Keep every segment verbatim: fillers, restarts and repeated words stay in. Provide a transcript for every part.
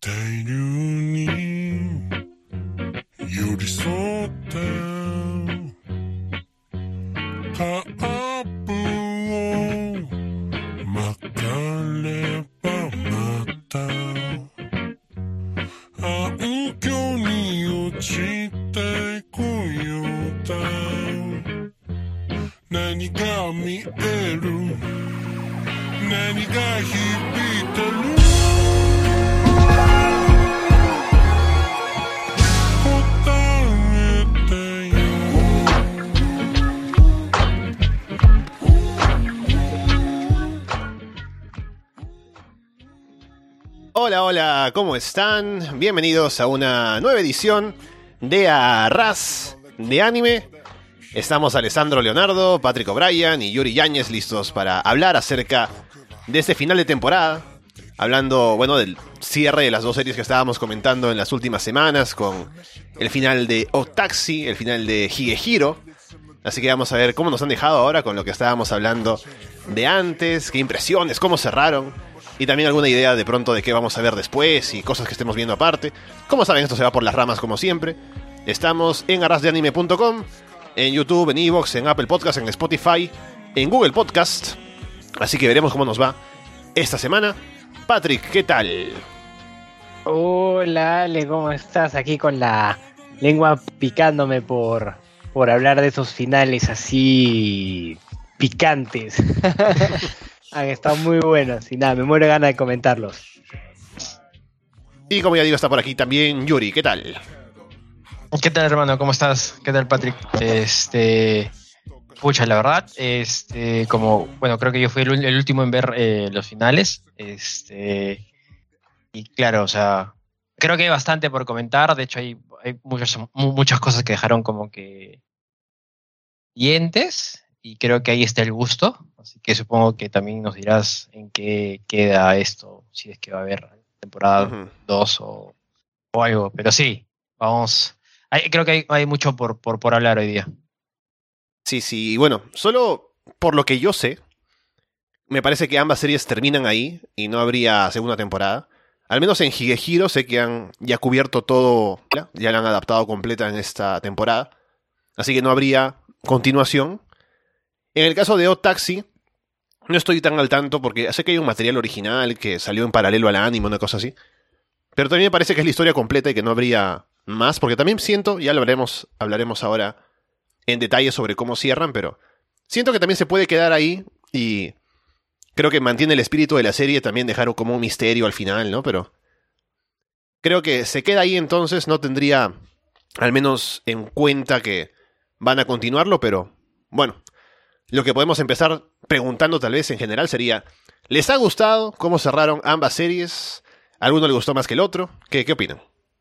大量に寄り添ってカープを巻かればまた暗渠に落ちてこようだ何が見える何が響いてる Hola, hola, ¿cómo están? Bienvenidos a una nueva edición de Arras de Anime. Estamos Alessandro Leonardo, Patrick O'Brien y Yuri Yáñez listos para hablar acerca de este final de temporada. Hablando, bueno, del cierre de las dos series que estábamos comentando en las últimas semanas, con el final de Otaxi, el final de Higehiro. Así que vamos a ver cómo nos han dejado ahora con lo que estábamos hablando de antes, qué impresiones, cómo cerraron. Y también alguna idea de pronto de qué vamos a ver después y cosas que estemos viendo aparte. Como saben, esto se va por las ramas como siempre. Estamos en arras de anime punto com, en YouTube, en Evox, en Apple Podcast, en Spotify, en Google Podcast. Así que veremos cómo nos va esta semana. Patrick, ¿qué tal? Hola Ale, ¿cómo estás? Aquí con la lengua picándome por, por hablar de esos finales así picantes. Han estado muy buenos y nada, me muero de ganas de comentarlos. Y como ya digo, está por aquí también Yuri, ¿qué tal? ¿Qué tal, hermano? ¿Cómo estás? ¿Qué tal, Patrick? Este... Pucha, la verdad, este, como, bueno, creo que yo fui el, el último en ver eh, los finales, este, y claro, o sea, creo que hay bastante por comentar, de hecho hay, hay muchas, muchas cosas que dejaron como que dientes, y creo que ahí está el gusto, así que supongo que también nos dirás en qué queda esto, si es que va a haber temporada dos uh-huh. o, o algo, pero sí, vamos, hay, creo que hay, hay mucho por, por, por hablar hoy día. Sí, sí, y bueno, solo por lo que yo sé, me parece que ambas series terminan ahí y no habría segunda temporada. Al menos en Higehiro sé que han ya cubierto todo, ya la han adaptado completa en esta temporada, así que no habría continuación. En el caso de Otaxi, no estoy tan al tanto porque sé que hay un material original que salió en paralelo al anime, una cosa así, pero también me parece que es la historia completa y que no habría más, porque también siento, ya lo hablaremos, hablaremos ahora en detalle sobre cómo cierran, pero siento que también se puede quedar ahí y creo que mantiene el espíritu de la serie también dejar como un misterio al final, ¿no? Pero creo que se queda ahí, entonces no tendría al menos en cuenta que van a continuarlo, pero bueno, lo que podemos empezar preguntando tal vez en general sería, ¿les ha gustado cómo cerraron ambas series? ¿A alguno le gustó más que el otro? ¿Qué, qué opinan?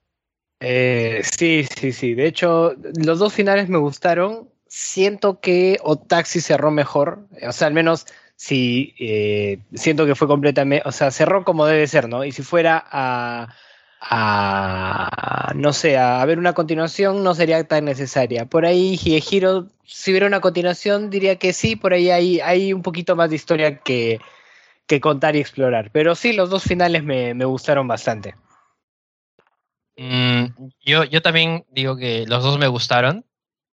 Eh, sí, sí, sí. De hecho, los dos finales me gustaron. Siento que Otaxi cerró mejor. O sea, al menos si eh, siento que fue completamente... O sea, cerró como debe ser, ¿no? Y si fuera a... a no sé, a ver una continuación, no sería tan necesaria. Por ahí, Higehiro, si hubiera una continuación, diría que sí. Por ahí hay, hay un poquito más de historia que, que contar y explorar. Pero sí, los dos finales me, me gustaron bastante. Mm, yo, yo también digo que los dos me gustaron,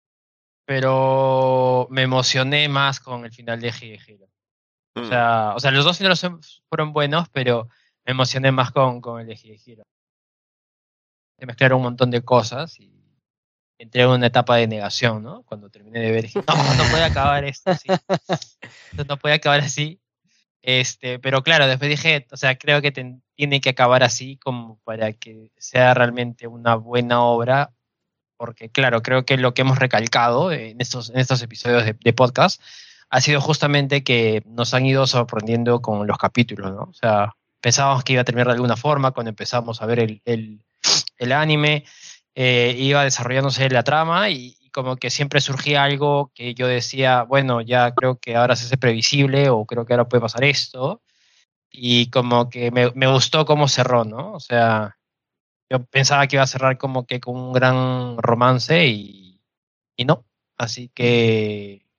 pero me emocioné más con el final de Higehiro. Mm. O sea, o sea, los dos finales fueron buenos, pero me emocioné más con, con el de Higehiro. Se mezclaron un montón de cosas y entré en una etapa de negación, ¿no? Cuando terminé de ver, dije, no, no puede acabar esto así. No puede acabar así. Este, pero claro, después dije, o sea, creo que ten, tiene que acabar así como para que sea realmente una buena obra, porque claro, creo que lo que hemos recalcado en estos, en estos episodios de, de podcast ha sido justamente que nos han ido sorprendiendo con los capítulos, ¿no? O sea, pensábamos que iba a terminar de alguna forma cuando empezamos a ver el, el, el anime, eh, iba desarrollándose la trama y como que siempre surgía algo que yo decía, bueno, ya creo que ahora se hace previsible o creo que ahora puede pasar esto. Y como que me, me gustó cómo cerró, ¿no? O sea, yo pensaba que iba a cerrar como que con un gran romance y, y no. Así que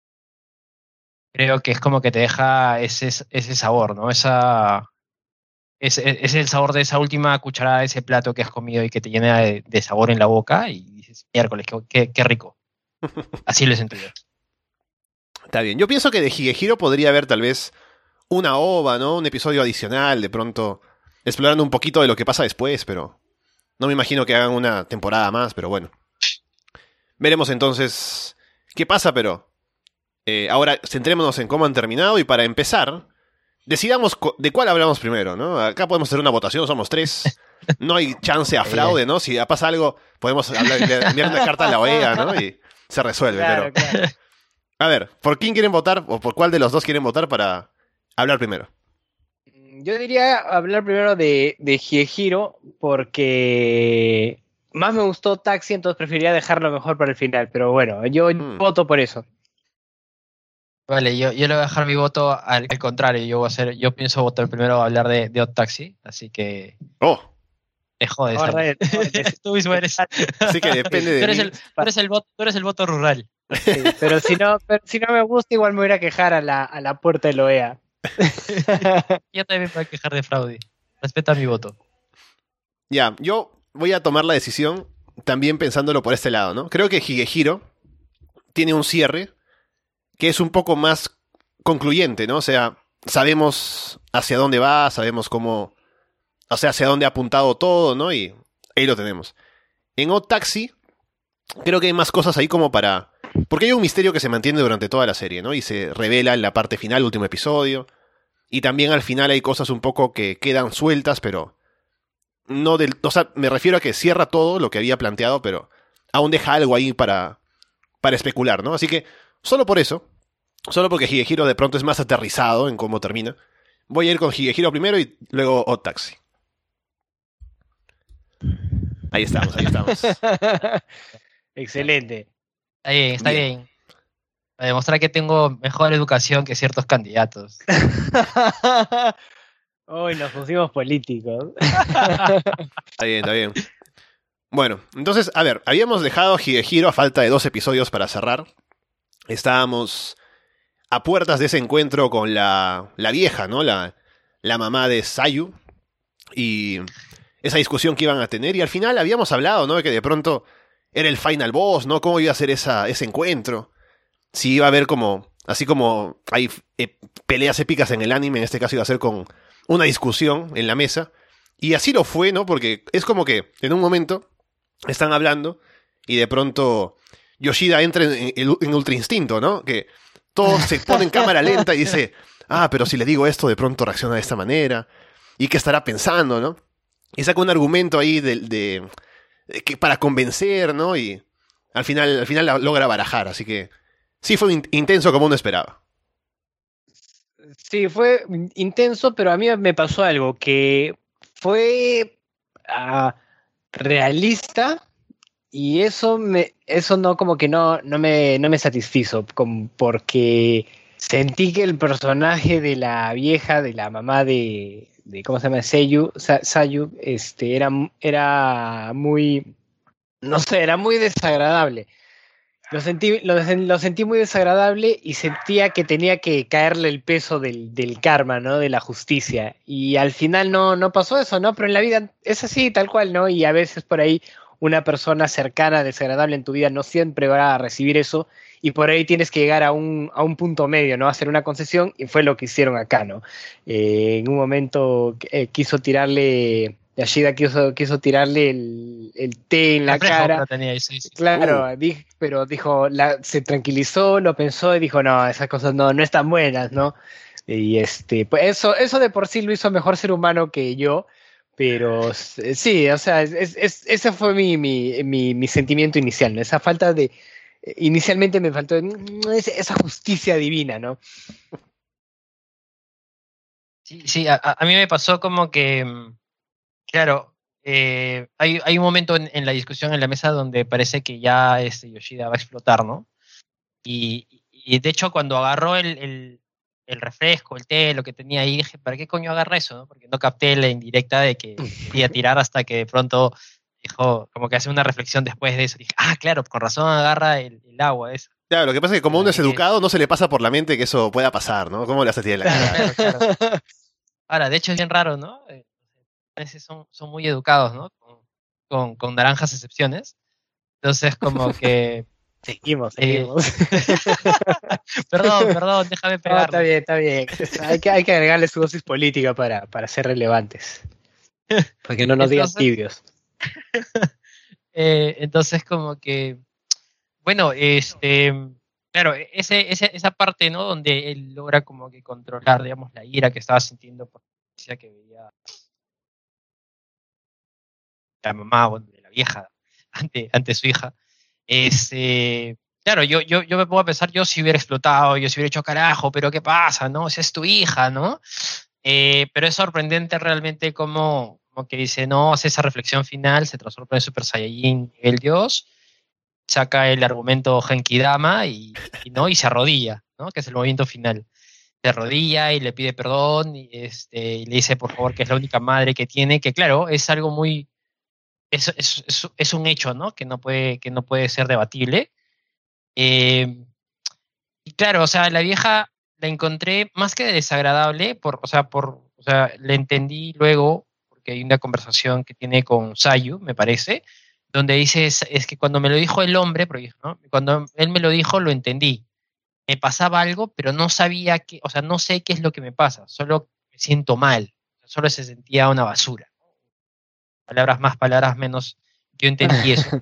creo que es como que te deja ese, ese sabor, ¿no? Esa, es, es, es el sabor de esa última cucharada de ese plato que has comido y que te llena de, de sabor en la boca y dices, miércoles, qué, qué, qué rico. Así lo siento yo. Está bien. Yo pienso que de Higehiro podría haber tal vez una ova, ¿no? Un episodio adicional, de pronto, explorando un poquito de lo que pasa después, pero no me imagino que hagan una temporada más, pero bueno. Veremos entonces qué pasa, pero eh, ahora centrémonos en cómo han terminado y para empezar, decidamos co- de cuál hablamos primero, ¿no? Acá podemos hacer una votación, somos tres, no hay chance a fraude, ¿no? Si pasa algo, podemos hablar, enviar una carta a la O E A, ¿no? Y se resuelve, Claro, pero... claro. A ver, ¿por quién quieren votar o por cuál de los dos quieren votar para hablar primero? Yo diría hablar primero de, de Higehiro porque más me gustó Taxi, entonces preferiría dejarlo mejor para el final. Pero bueno, yo Hmm. voto por eso. Vale, yo, yo le voy a dejar mi voto al, al contrario. Yo voy a hacer, yo pienso votar primero a hablar de, de Odd Taxi, así que Oh, te jodes. All Ale. right, all right. Tú mismo eres, así que depende tú de eres mí. el, tú eres el voto, tú eres el voto rural. Sí, pero si no, pero si no me gusta, igual me voy a ir a quejar a la, a la puerta del O E A. Yo también me voy a quejar de fraude. Respeta mi voto. Ya, yo voy a tomar la decisión también pensándolo por este lado, ¿no? Creo que Higehiro tiene un cierre que es un poco más concluyente, ¿no? O sea, sabemos hacia dónde va, sabemos cómo... O sea, hacia dónde ha apuntado todo, ¿no? Y ahí lo tenemos. En Odd Taxi, creo que hay más cosas ahí como para... Porque hay un misterio que se mantiene durante toda la serie, ¿no? Y se revela en la parte final, último episodio. Y también al final hay cosas un poco que quedan sueltas, pero... No del... O sea, me refiero a que cierra todo lo que había planteado, pero aún deja algo ahí para... Para especular, ¿no? Así que, solo por eso... Solo porque Higehiro de pronto es más aterrizado en cómo termina. Voy a ir con Higehiro primero y luego Odd Taxi. Ahí estamos, ahí estamos. Excelente. Está bien, está Bien. bien. Para demostrar que tengo mejor educación que ciertos candidatos. Hoy nos pusimos políticos. Está bien, está bien. Bueno, entonces, a ver, habíamos dejado Higehiro a falta de dos episodios para cerrar. Estábamos a puertas de ese encuentro con la, la vieja, ¿no? La, la mamá de Sayu. Y esa discusión que iban a tener. Y al final habíamos hablado, ¿no? De que de pronto era el final boss, ¿no? ¿Cómo iba a ser esa, ese encuentro? Si iba a haber como... Así como hay eh, peleas épicas en el anime, en este caso iba a ser con una discusión en la mesa. Y así lo fue, ¿no? Porque es como que en un momento están hablando y de pronto Yoshida entra en, en, en Ultra Instinto, ¿no? Que todo se pone en cámara lenta y dice, ah, pero si le digo esto, de pronto reacciona de esta manera. ¿Y qué estará pensando, no? Y saca un argumento ahí de, de, de que para convencer, ¿no? Y al final, al final la logra barajar, así que sí fue in- intenso como uno esperaba. Sí, fue intenso, pero a mí me pasó algo que fue ah, realista y eso me, eso no como que no, no me, no me satisfizo, como porque sentí que el personaje de la vieja, de la mamá de, de ¿cómo se llama? Seiyu, Sa- Sayu, este, era, era muy, no sé, era muy desagradable. Lo sentí, lo, lo sentí muy desagradable y sentía que tenía que caerle el peso del, del karma, ¿no? De la justicia. Y al final no, no pasó eso, ¿no? Pero en la vida es así, tal cual, ¿no? Y a veces por ahí una persona cercana, desagradable en tu vida, no siempre va a recibir eso. Y por ahí tienes que llegar a un, a un punto medio, ¿no? Hacer una concesión, y fue lo que hicieron acá, ¿no? Eh, en un momento eh, quiso tirarle... Yoshida quiso, quiso tirarle el, el té en la Reflejo cara. que lo tenía ahí, sí, sí. Claro, Uh. di- pero dijo, la, se tranquilizó, lo pensó y dijo, no, esas cosas no, no están buenas, ¿no? Y este, pues eso, eso de por sí lo hizo mejor ser humano que yo, pero s- sí, o sea, es, es- es- ese fue mi, mi, mi, mi sentimiento inicial, ¿no? Esa falta de, inicialmente me faltó mm, esa esa justicia divina, ¿no? Sí, sí, a, a- a mí me pasó como que, mm, claro, eh, hay, hay un momento en, en la discusión en la mesa donde parece que ya este Yoshida va a explotar, ¿no? Y, y de hecho cuando agarró el, el, el refresco, el té, lo que tenía ahí, dije, ¿para qué coño agarra eso? ¿No? Porque no capté la indirecta de que quería tirar hasta que de pronto dijo, como que hace una reflexión después de eso. Dije, ah, claro, con razón agarra el, el agua, eso. Claro, lo que pasa es que como uno es Ay, qué- educado, no se le pasa por la mente que eso pueda pasar, ¿no? ¿Cómo le hace tirar la cara? Claro, claro. Ahora, de hecho es bien raro, ¿no? Eh, japoneses son, son muy educados, ¿no? Con, con, con naranjas excepciones. Entonces, como que... Seguimos, eh, seguimos. perdón, perdón, déjame No, pegar. está bien, está bien. Hay que, hay que agregarle su dosis política para, para ser relevantes. Para que no nos digan Entonces- tibios. Eh, entonces, como que, bueno, este, claro, ese, ese, esa parte, ¿no? Donde él logra como que controlar, digamos, la ira que estaba sintiendo por la noticia que veía la mamá, bueno, de la vieja, ante, ante su hija. Este, claro, yo, yo, yo me pongo a pensar, yo si hubiera explotado, yo si hubiera hecho carajo, pero ¿qué pasa, no? Esa es tu hija, ¿no? Eh, pero es sorprendente realmente cómo, como que dice, no, hace esa reflexión final, se transforma en Super Saiyajin, el dios, saca el argumento Genkidama y, y, ¿no? y se arrodilla, ¿no? Que es el movimiento final. Se arrodilla y le pide perdón y, este, y le dice, por favor, que es la única madre que tiene, que claro, es algo muy... Es, es, es, es un hecho, ¿no? Que no puede, que no puede ser debatible. Eh, y claro, o sea, la vieja la encontré más que desagradable, por, o sea, por, o sea, le entendí luego, porque hay una conversación que tiene con Sayu, me parece, donde dice, es, es que cuando me lo dijo el hombre, porque, ¿no? Cuando él me lo dijo, lo entendí. Me pasaba algo, pero no sabía qué, o sea, no sé qué es lo que me pasa, solo me siento mal, solo se sentía una basura. Palabras más, palabras menos, yo entendí eso.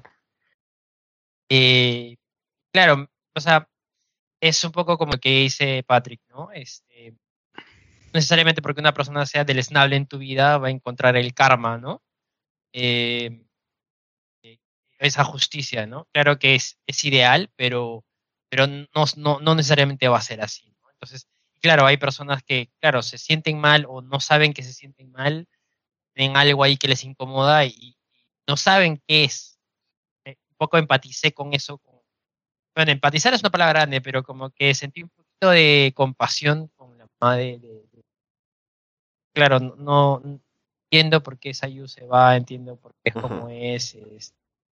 Eh, claro, o sea, es un poco como que dice Patrick, ¿no? Este, no necesariamente porque una persona sea deleznable en tu vida va a encontrar el karma, ¿no? Eh, eh, esa justicia, ¿no? Claro que es, es ideal, pero, pero no, no, no necesariamente va a ser así, ¿no? Entonces, claro, hay personas que, claro, se sienten mal o no saben que se sienten mal, tienen algo ahí que les incomoda y, y no saben qué es. Eh, un poco empaticé con eso. Con, bueno, empatizar es una palabra grande, pero como que sentí un poquito de compasión con la mamá de... de- de- claro, no, no- entiendo por qué Sayu se va, entiendo por qué es como Ujú. es. es-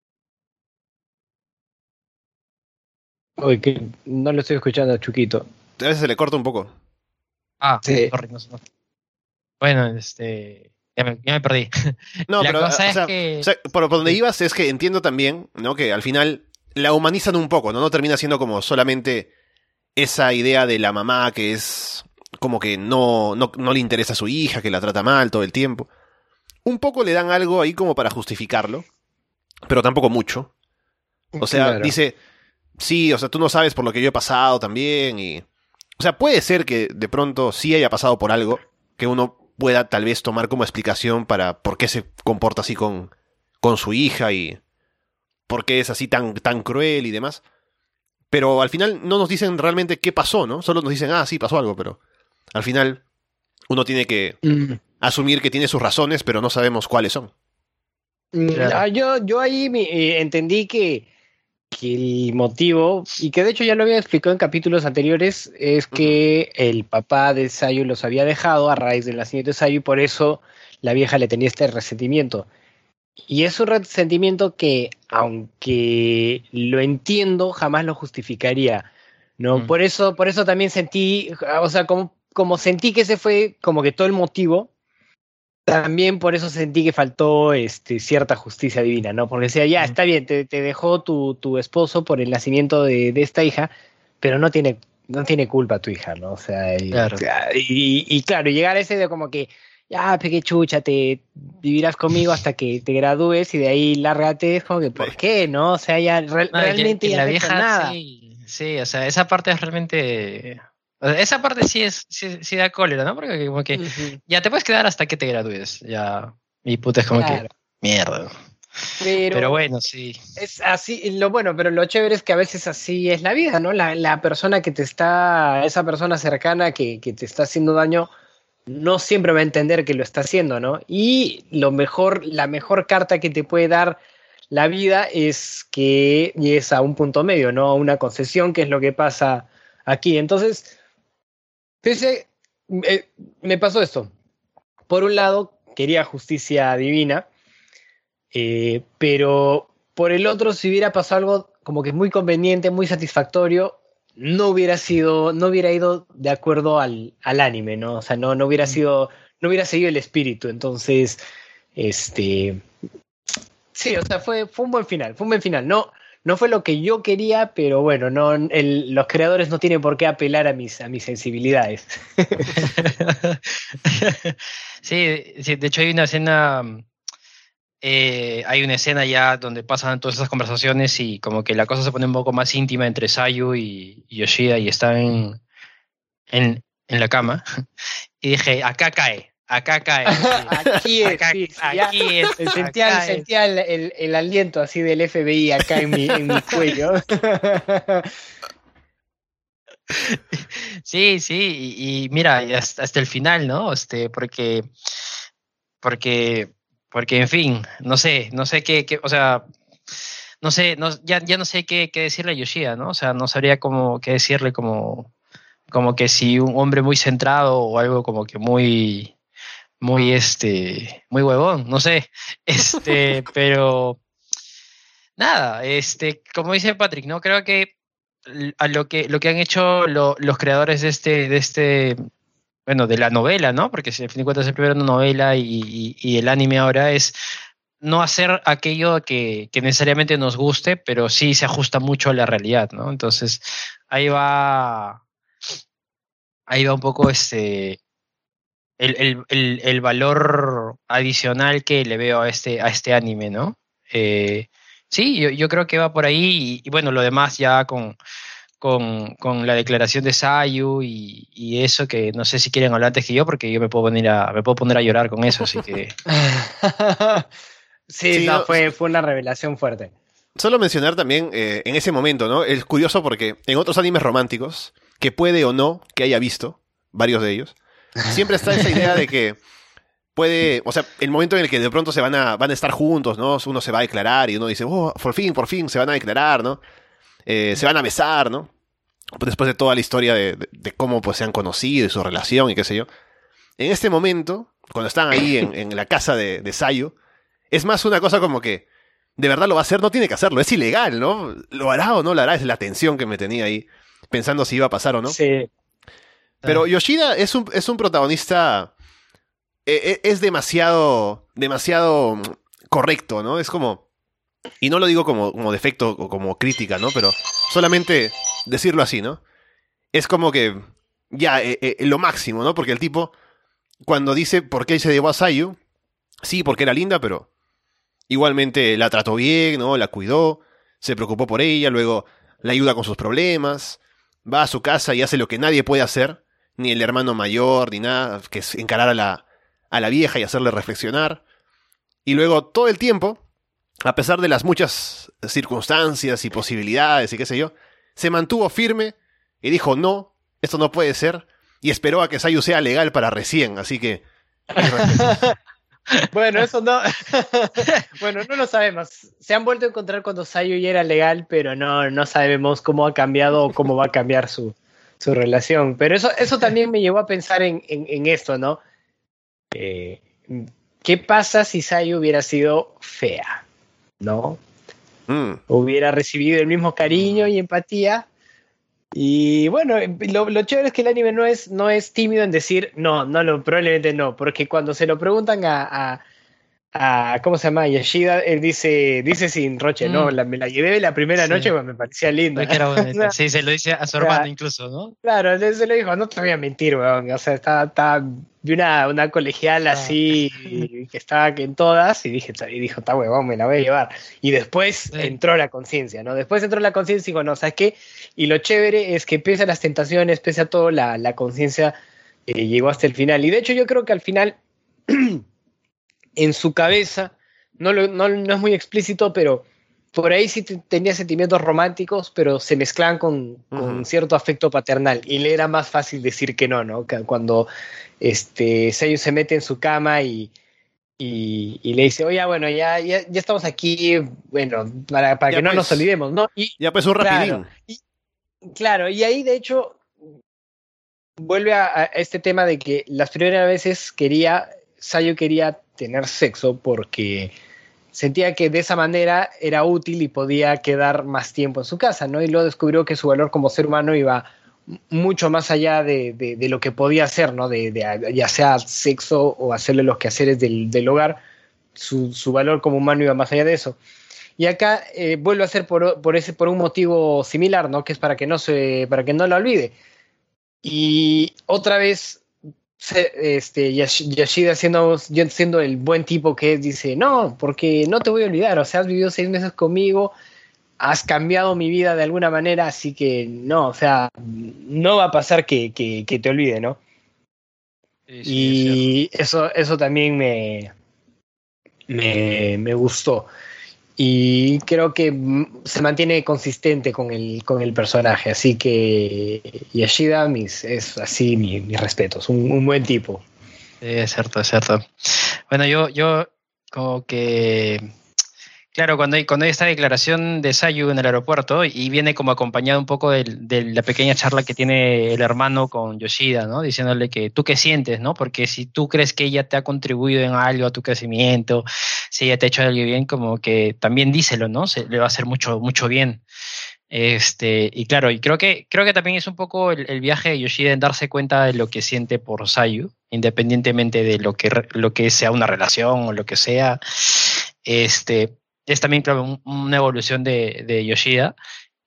Uy, que no lo estoy escuchando a Chuquito. A veces se le corta un poco. Ah, Sí. sorry, no sé. no. Bueno, este... Ya me, ya me perdí. No, La pero, cosa o es sea, que... o sea, por, por donde Sí. ibas es que entiendo también, ¿no? Que al final la humanizan un poco, ¿no? No termina siendo como solamente esa idea de la mamá que es como que no, no, no le interesa a su hija, que la trata mal todo el tiempo. Un poco le dan algo ahí como para justificarlo, pero tampoco mucho. O sea, Claro. dice, sí, o sea, tú no sabes por lo que yo he pasado también y... O sea, puede ser que de pronto sí haya pasado por algo que uno pueda tal vez tomar como explicación para por qué se comporta así con, con su hija y por qué es así tan, tan cruel y demás. Pero al final no nos dicen realmente qué pasó, ¿no? Solo nos dicen, ah, sí, pasó algo, pero al final uno tiene que Mm. asumir que tiene sus razones, pero no sabemos cuáles son. Mm, Claro. ah, yo, yo ahí me, eh, entendí que, que el motivo, y que de hecho ya lo había explicado en capítulos anteriores, es que el papá de Sayu los había dejado a raíz del nacimiento de Sayu y por eso la vieja le tenía este resentimiento. Y es un resentimiento que, aunque lo entiendo, jamás lo justificaría, ¿no? Mm. Por eso, por eso también sentí, o sea, como, como sentí que ese fue como que todo el motivo, también por eso sentí que faltó este, cierta justicia divina, ¿no? Porque decía, ya, Mm. está bien, te, te dejó tu, tu esposo por el nacimiento de, de esta hija, pero no tiene, no tiene culpa tu hija, ¿no? O sea, y, Claro. y, y claro, llegar a ese de como que, ya, peque chucha, te vivirás conmigo hasta que te gradúes y de ahí lárgate, es como que, ¿por qué, no? O sea, ya re- No, y que- realmente que ya la no he hecho vieja, nada. sí, sí, o sea, esa parte es realmente... o sea, esa parte sí es sí, sí da cólera, ¿no? Porque como que Ujú. ya te puedes quedar hasta que te gradúes, ya. Y puta, es como Claro. que, mierda. Pero, Pero bueno, sí. es así, lo bueno, pero lo chévere es que a veces así es la vida, ¿no? La, la persona que te está, esa persona cercana que, que te está haciendo daño, no siempre va a entender que lo está haciendo, ¿no? Y lo mejor, la mejor carta que te puede dar la vida es que llegues a un punto medio, ¿no? A una concesión, que es lo que pasa aquí. Entonces, pese, eh, me pasó esto. Por un lado, quería justicia divina, eh, pero por el otro, si hubiera pasado algo como que muy conveniente, muy satisfactorio, no hubiera sido, no hubiera ido de acuerdo al, al anime, ¿no? O sea, no, no hubiera Mm. sido, no hubiera seguido el espíritu. Entonces, Este, sí, o sea, fue, fue un buen final, fue un buen final. No, no fue lo que yo quería, pero bueno, no, el, los creadores no tienen por qué apelar a mis, a mis sensibilidades. sí, sí, de hecho hay una escena, eh, hay una escena ya donde pasan todas esas conversaciones y como que la cosa se pone un poco más íntima entre Sayu y, y Yoshida y están en, en, en la cama. Y dije, acá cae. Acá cae. Aquí es, acá, sí, aquí ya, es. Sentía, acá sentía el, el, el aliento así del F B I acá en mi, en mi cuello. Sí, sí, y, y mira, y hasta, hasta el final, ¿no? Este, porque, porque, porque, en fin, no sé, no sé qué, qué o sea, no sé, no, ya, ya no sé qué, qué decirle a Yoshida, ¿no? O sea, no sabría cómo qué decirle como, como que si un hombre muy centrado o algo como que muy, muy, este, muy huevón, no sé, este, pero nada, este, como dice Patrick, ¿no? Creo que a lo que lo que han hecho lo, los creadores de este de este bueno de la novela, ¿no? Porque si al fin de cuentas es primero una novela y, y, y el anime ahora es no hacer aquello que, que necesariamente nos guste, pero sí se ajusta mucho a la realidad, ¿no? Entonces ahí va ahí va un poco este el, el, el, el valor adicional que le veo a este a este anime, ¿no? Eh, Sí, yo, yo creo que va por ahí y, y bueno, lo demás ya con, con, con la declaración de Sayu y, y eso que no sé si quieren hablar antes que yo porque yo me puedo poner a, me puedo poner a llorar con eso, así que... sí, Sí, no, no, fue, fue una revelación fuerte. Solo mencionar también eh, en ese momento, ¿no? Es curioso porque en otros animes románticos, que puede o no que haya visto, varios de ellos, siempre está esa idea de que puede, o sea, el momento en el que de pronto se van a, van a estar juntos, ¿no? Uno se va a declarar y uno dice, oh, por fin, por fin, se van a declarar, ¿no? Eh, se van a besar, ¿no? Después de toda la historia de, de, de cómo pues, se han conocido y su relación y qué sé yo. En este momento, cuando están ahí en, en la casa de, de Sayu, es más una cosa como que, ¿de verdad lo va a hacer? No tiene que hacerlo, es ilegal, ¿no? ¿Lo hará o no lo hará? Es la tensión que me tenía ahí, pensando si iba a pasar o no. Sí. Pero Yoshida es un, es un protagonista... es demasiado, demasiado correcto, ¿no? Es como, y no lo digo como, como defecto o como crítica, ¿no? Pero solamente decirlo así, ¿no? Es como que ya, eh, eh, lo máximo, ¿no? Porque el tipo, cuando dice por qué se llevó a Sayu, sí, porque era linda, pero igualmente la trató bien, ¿no? La cuidó, se preocupó por ella, luego la ayuda con sus problemas, va a su casa y hace lo que nadie puede hacer, ni el hermano mayor, ni nada, que es encarar a la a la vieja y hacerle reflexionar. Y luego todo el tiempo, a pesar de las muchas circunstancias y posibilidades y qué sé yo, se mantuvo firme y dijo, no, esto no puede ser, y esperó a que Sayu sea legal para recién, así que... Bueno, eso no... bueno, no lo sabemos. Se han vuelto a encontrar cuando Sayu ya era legal, pero no, no sabemos cómo ha cambiado o cómo va a cambiar su, su relación. Pero eso, eso también me llevó a pensar en, en, en esto, ¿no? Eh, ¿Qué pasa si Sayu hubiera sido fea? ¿No? Mm. Hubiera recibido el mismo cariño y empatía. Y bueno, lo, lo chévere es que el anime no es, no es tímido en decir no, no lo, probablemente no, porque cuando se lo preguntan a, a, a ¿cómo se llama? Yoshida, él dice, dice sin roche, mm. no, la, me la llevé la primera sí. noche, pues me parecía linda. Que era bonita. Sí, se lo dice a su hermano incluso, ¿no? Claro, se lo dijo, no te voy a mentir, weón, o sea, está, está vi una, una colegial así ah. que estaba en todas y dije, y dijo, está huevón, me la voy a llevar. Y después sí. entró la conciencia, ¿no? Después entró la conciencia y dijo, no, ¿sabes qué? Y lo chévere es que pese a las tentaciones, pese a todo, la, la conciencia eh, llegó hasta el final. Y de hecho yo creo que al final, en su cabeza, no, lo, no, no es muy explícito, pero por ahí sí tenía sentimientos románticos, pero se mezclaban con, uh-huh. con cierto afecto paternal. Y le era más fácil decir que no, ¿no? Cuando este, Sayu se mete en su cama y, y, y le dice, oye, bueno, ya, ya, ya estamos aquí, bueno, para, para que pues, no nos olvidemos, ¿no? Y, ya pues un rapidín. Claro y, claro, y ahí de hecho vuelve a, a este tema de que las primeras veces quería, Sayu quería tener sexo porque sentía que de esa manera era útil y podía quedar más tiempo en su casa, ¿no? Y luego descubrió que su valor como ser humano iba mucho más allá de, de, de lo que podía hacer, ¿no? De, de, ya sea sexo o hacerle los quehaceres del, del hogar, su, su valor como humano iba más allá de eso. Y acá eh, vuelve a ser por, por, ese, por un motivo similar, ¿no? Que es para que no, se, para que no la olvide. Y otra vez, se, este, Yash- Yoshida siendo, siendo el buen tipo que es, dice, no, porque no te voy a olvidar, o sea, has vivido seis meses conmigo, has cambiado mi vida de alguna manera, así que no, o sea, no va a pasar que, que, que te olvide, ¿no? Sí, sí, es cierto. Y eso, eso también me, me, me gustó. Y creo que mm, se mantiene consistente con el, con el personaje. Así que Yoshida mis, es así mi- mis respetos. Un, un buen tipo. Sí, es cierto, es cierto. Bueno, yo, yo como que, claro, cuando hay, cuando hay esta declaración de Sayu en el aeropuerto y viene como acompañado un poco del- de, la pequeña charla que tiene el hermano con Yoshida, ¿no? Diciéndole que tú qué sientes, ¿no? Porque si tú crees que ella te ha contribuido en algo a tu crecimiento, si ella te ha hecho algo bien, como que también díselo, ¿no? Se, le va a hacer mucho, mucho bien. Este, y claro, y creo que, creo que también es un poco el, el viaje de Yoshida en darse cuenta de lo que siente por Sayu, independientemente de lo que, re- lo que sea una relación o lo que sea. Este, es también, claro, un- una evolución de, de Yoshida.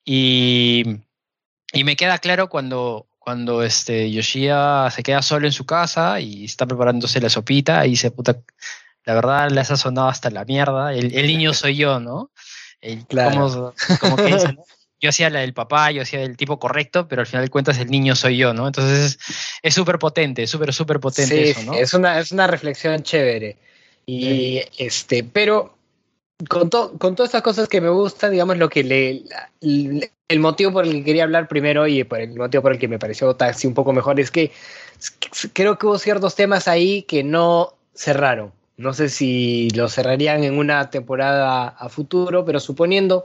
Y, y me queda claro cuando, cuando este, Yoshida se queda solo en su casa y está preparándose la sopita y dice, puta, la verdad le ha sazonado hasta la mierda. El, el niño soy yo, ¿no? El, Claro. como, como que dice, ¿no? Yo hacía la del papá, yo hacía del tipo correcto, pero al final de cuentas el niño soy yo, ¿no? Entonces es súper potente, súper, súper potente Sí, eso, sí, ¿no? es una, es una reflexión chévere. Sí. Y este, pero con, to- con todas estas cosas que me gustan, digamos, lo que le, la- el el motivo por el que quería hablar primero y por el motivo por el que me pareció Taxi un poco mejor es que s- creo que hubo ciertos temas ahí que no cerraron. No sé si lo cerrarían en una temporada a futuro, pero suponiendo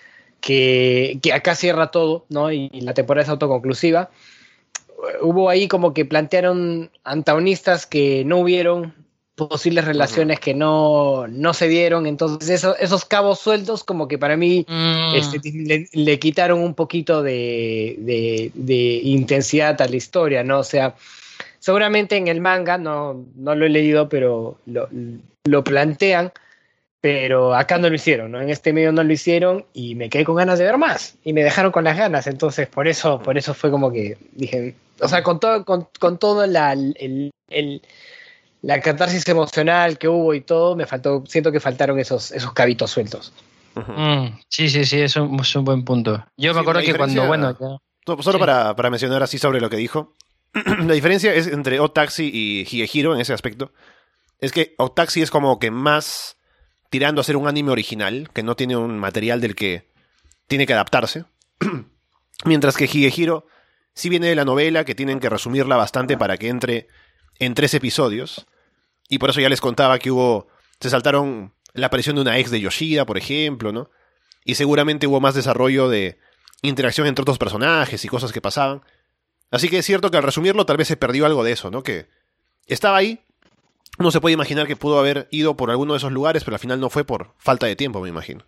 que, que acá cierra todo, ¿no? Y la temporada es autoconclusiva, hubo ahí como que plantearon antagonistas que no hubieron, posibles Ujú. relaciones que no, no se dieron, entonces eso- esos cabos sueltos como que para mí este, Mm, le, le quitaron un poquito de, de, de intensidad a la historia, ¿no? O sea, seguramente en el manga, no, no lo he leído, pero lo, lo plantean, pero acá no lo hicieron, ¿no? En este medio no lo hicieron y me quedé con ganas de ver más y me dejaron con las ganas, entonces por eso, por eso fue como que dije, o sea, con todo, con, con todo la, el, el- la catarsis emocional que hubo y todo, me faltó, siento que faltaron esos, esos cabitos sueltos. Ujú. mm, sí, sí, sí, es un, es un buen punto. Yo me Sí, la acuerdo que cuando, bueno, diferencia, ya, so- solo sí. para, para mencionar así sobre lo que dijo, la diferencia es entre Odd Taxi y Higehiro en ese aspecto. Es que Odd Taxi es como que más tirando a ser un anime original, que no tiene un material del que tiene que adaptarse. Mientras que Higehiro sí viene de la novela, que tienen que resumirla bastante para que entre en tres episodios. Y por eso ya les contaba que hubo. Se saltaron la aparición de una ex de Yoshida, por ejemplo, ¿no? Y seguramente hubo más desarrollo de interacción entre otros personajes y cosas que pasaban. Así que es cierto que al resumirlo tal vez se perdió algo de eso, ¿no? Que estaba ahí. Uno se puede imaginar que pudo haber ido por alguno de esos lugares, pero al final no fue por falta de tiempo, me imagino.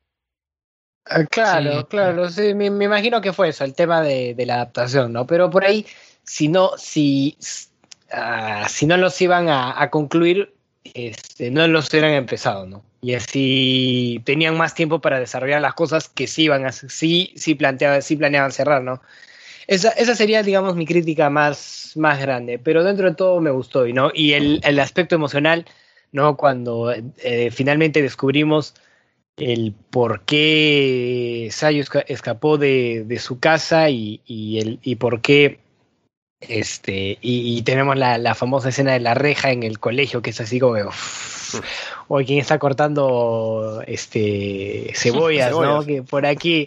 Ah, Sí, claro, claro, sí, me, me imagino que fue eso, el tema de, de la adaptación, ¿no? Pero por ahí, si no, si, ah, si no los iban a, a concluir, este, no los hubieran empezado, ¿no? Y así tenían más tiempo para desarrollar las cosas que sí iban a, sí, sí planteaban, sí planeaban cerrar, ¿no? Esa, esa sería, digamos, mi crítica más, más grande, pero dentro de todo me gustó, y ¿no? Y el, el aspecto emocional, ¿no? Cuando eh, finalmente descubrimos el por qué Sayo esca- escapó de, de su casa y, y, el, y por qué este y, y tenemos la, la famosa escena de la reja en el colegio que es así como uff, o quien está cortando este Las cebollas, ¿no? cebollas. Que por aquí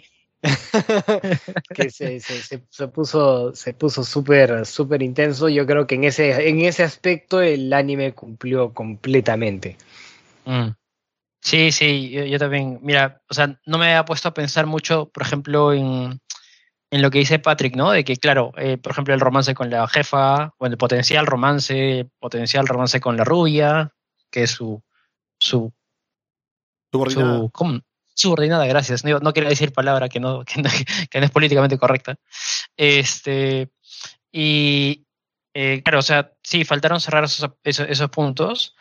que se, se, se, se puso se puso súper súper intenso. Yo creo que en ese en ese aspecto el anime cumplió completamente. mm. Sí, sí, yo, yo también, mira, o sea, no me había puesto a pensar mucho, por ejemplo, en, en lo que dice Patrick, ¿no? De que, claro, eh, por ejemplo, el romance con la jefa, o el potencial romance, potencial romance con la rubia, que es su, su, Subordinada. su, ¿cómo? Subordinada, gracias. No, no quería decir palabra que no, que no, que no es políticamente correcta. Este, y, eh, claro, o sea, sí, faltaron cerrar esos, esos, esos puntos.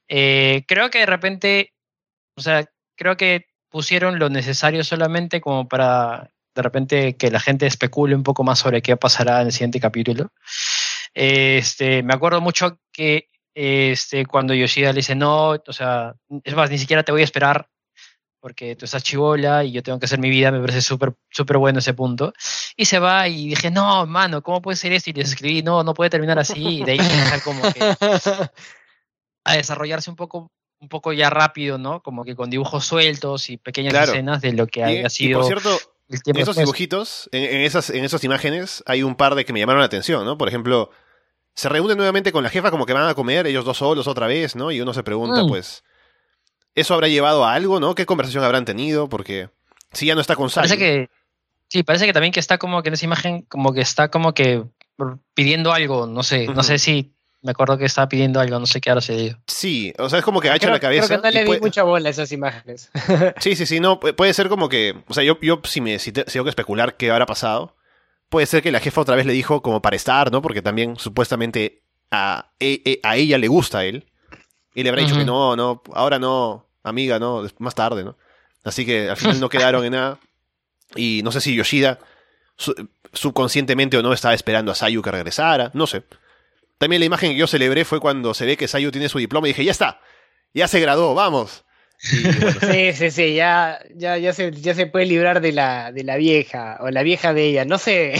Eh, creo que de repente, o sea, creo que pusieron lo necesario solamente como para de repente que la gente especule un poco más sobre qué pasará en el siguiente capítulo. Este, me acuerdo mucho que este, cuando Yoshida le dice no, o sea, es más, ni siquiera te voy a esperar porque tú estás chibola y yo tengo que hacer mi vida, me parece súper súper bueno ese punto. Y se va y dije, no, mano, ¿cómo puede ser esto? Y les escribí, no, no puede terminar así. Y de ahí empezar como que a desarrollarse un poco, un poco ya rápido, ¿no? Como que con dibujos sueltos y pequeñas Claro. escenas de lo que Y, había y sido por cierto, el en tiempo esos después. dibujitos, en, en esas, en esas imágenes, hay un par de que me llamaron la atención, ¿no? Por ejemplo, se reúnen nuevamente con la jefa como que van a comer, ellos dos solos otra vez, ¿no? Y uno se pregunta, Mm. pues, ¿eso habrá llevado a algo, no? ¿Qué conversación habrán tenido? Porque si ya no está con Sayu. Parece que, sí, parece que también que está como que en esa imagen, como que está como que pidiendo algo, no sé, no Ujú. sé si me acuerdo que estaba pidiendo algo, no sé qué ahora se dio. Sí, o sea, es como que ha hecho creo, la cabeza. creo que no y le di puede- mucha bola a esas imágenes. Sí, sí, sí, no, pu- puede ser como que, o sea, yo, yo si me si, te- si tengo que especular qué habrá pasado, puede ser que la jefa otra vez le dijo como para estar, ¿no? Porque también supuestamente a, e- e- a ella le gusta a él. Y le habrá dicho Ujú. que no, no, ahora no, amiga, no, des- más tarde, ¿no? Así que al final no quedaron en nada. Y no sé si Yoshida su- subconscientemente o no estaba esperando a Sayu que regresara, no sé. También la imagen que yo celebré fue cuando se ve que Sayu tiene su diploma y dije, ya está, ya se graduó, vamos. Y bueno, Sí, sí, sí, ya, ya, ya se, ya se puede librar de la, de la vieja, o la vieja de ella, no sé.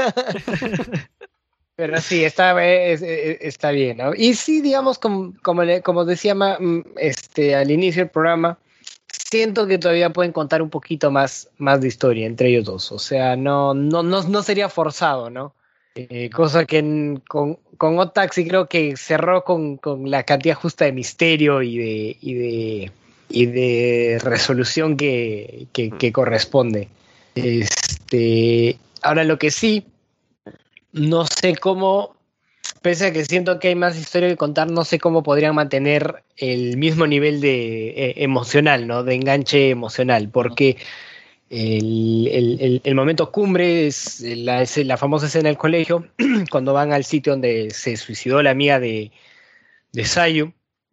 Pero sí, está, es- es- está bien, ¿no? Y sí, digamos, como, como, le- como decía Ma- mm, este, al inicio del programa, siento que todavía pueden contar un poquito más, más de historia entre ellos dos. O sea, no, no, no, no sería forzado, ¿no? Eh, cosa que en- con, con Odd Taxi creo que cerró con, con la cantidad justa de misterio y de, y de, y de resolución que, que, que corresponde. Este, ahora lo que sí, no sé cómo, pese a que siento que hay más historia que contar, no sé cómo podrían mantener el mismo nivel de eh, emocional, ¿no? De enganche emocional, porque el, el- el- el momento cumbre es la, es la famosa escena del colegio, cuando van al sitio donde se suicidó la amiga de, de Sayu.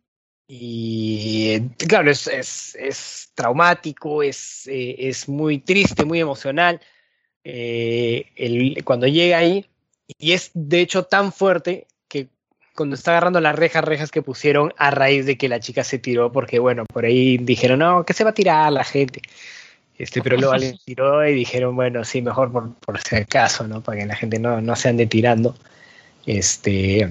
Y eh, claro, es, es, es traumático, es, eh, es muy triste, muy emocional. Eh, el- cuando llega ahí, y es de hecho tan fuerte que cuando está agarrando las rejas, rejas que pusieron a raíz de que la chica se tiró, porque bueno, por ahí dijeron, no, que se va a tirar la gente. Este, pero luego alguien tiró y dijeron, bueno, sí, mejor por, por si acaso, ¿no? Para que la gente no, no se ande tirando. Este,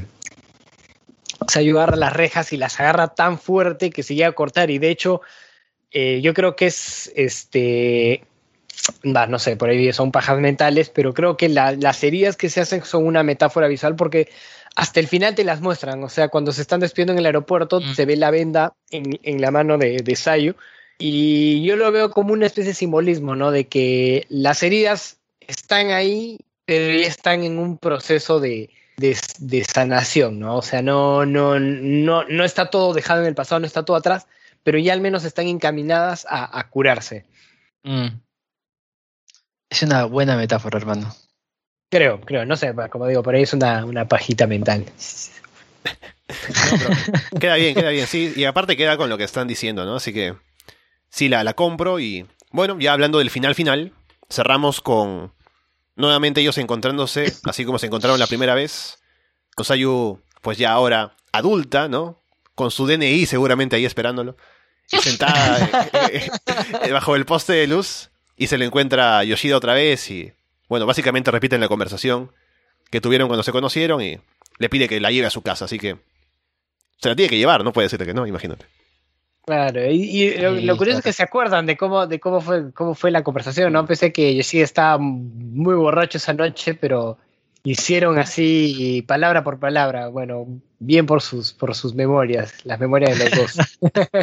o sea, yo agarra las rejas y las agarra tan fuerte que se llega a cortar. Y de hecho, eh, yo creo que es, este, bah, no sé, por ahí son pajas mentales, pero creo que la, las heridas que se hacen son una metáfora visual porque hasta el final te las muestran. O sea, cuando se están despidiendo en el aeropuerto, Mm. se ve la venda en, en la mano de, de Sayu. Y yo lo veo como una especie de simbolismo, ¿no? De que las heridas están ahí, pero ya están en un proceso de, de, de sanación, ¿no? O sea, no, no, no, no está todo dejado en el pasado, no está todo atrás, pero ya al menos están encaminadas a, a curarse. Mm. Es una buena metáfora, hermano. Creo, creo, no sé, como digo, por ahí es una, una pajita mental. no, pero queda bien, queda bien, sí. Y aparte queda con lo que están diciendo, ¿no? Así que sí, la, la compro y bueno, ya hablando del final final, cerramos con nuevamente ellos encontrándose, así como se encontraron la primera vez. Con Sayu, pues ya ahora adulta, ¿no? Con su D N I seguramente ahí esperándolo. Y sentada eh, eh, bajo el poste de luz y se le encuentra Yoshida otra vez y bueno, básicamente repiten la conversación que tuvieron cuando se conocieron y le pide que la lleve a su casa, así que se la tiene que llevar, no puede decirte que no, imagínate. Claro, y, y lo, Sí, lo curioso claro. es que se acuerdan de cómo, de cómo fue, cómo fue la conversación, ¿no? Mm. Pensé que Yoshida estaba muy borracho esa noche, pero hicieron así palabra por palabra. Bueno, bien por sus, por sus memorias, las memorias de los dos.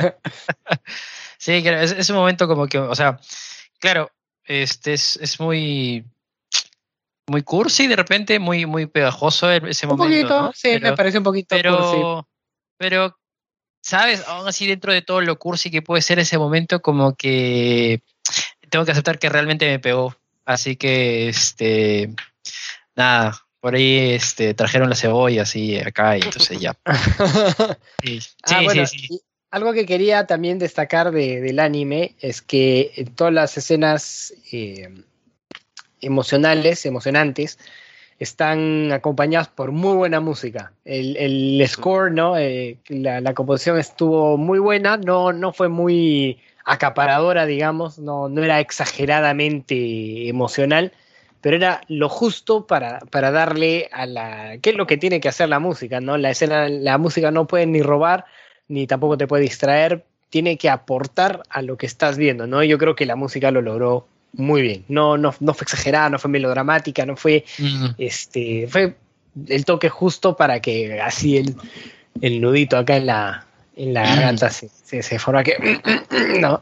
Sí, claro, es, es un momento como que, o sea, claro, este es, es muy, muy cursi de repente, muy, muy pegajoso el- ese Un momento, poquito, ¿no? sí, Pero- me parece un poquito cursi. pero, pero, ¿sabes? Aún así, dentro de todo lo cursi que puede ser ese momento, como que tengo que aceptar que realmente me pegó. Así que, este, nada, por ahí este, trajeron las cebollas y acá, y entonces ya. Sí, sí, Ah, bueno, sí, sí. y algo que quería también destacar de- del anime es que en todas las escenas eh, emocionales, emocionantes, están acompañadas por muy buena música. El, el score, ¿no? Eh, la, la composición estuvo muy buena, no, no fue muy acaparadora, digamos, no, no era exageradamente emocional, pero era lo justo para, para darle a la... ¿Qué es lo que tiene que hacer la música, ¿no? La escena, la música no puede ni robar, ni tampoco te puede distraer, tiene que aportar a lo que estás viendo, ¿no? Yo creo que la música lo logró muy bien. No, no, no fue exagerada, no fue melodramática, no fue Mm. este, fue el toque justo para que así el, el nudito acá en la, en la garganta se, se, se forma que no.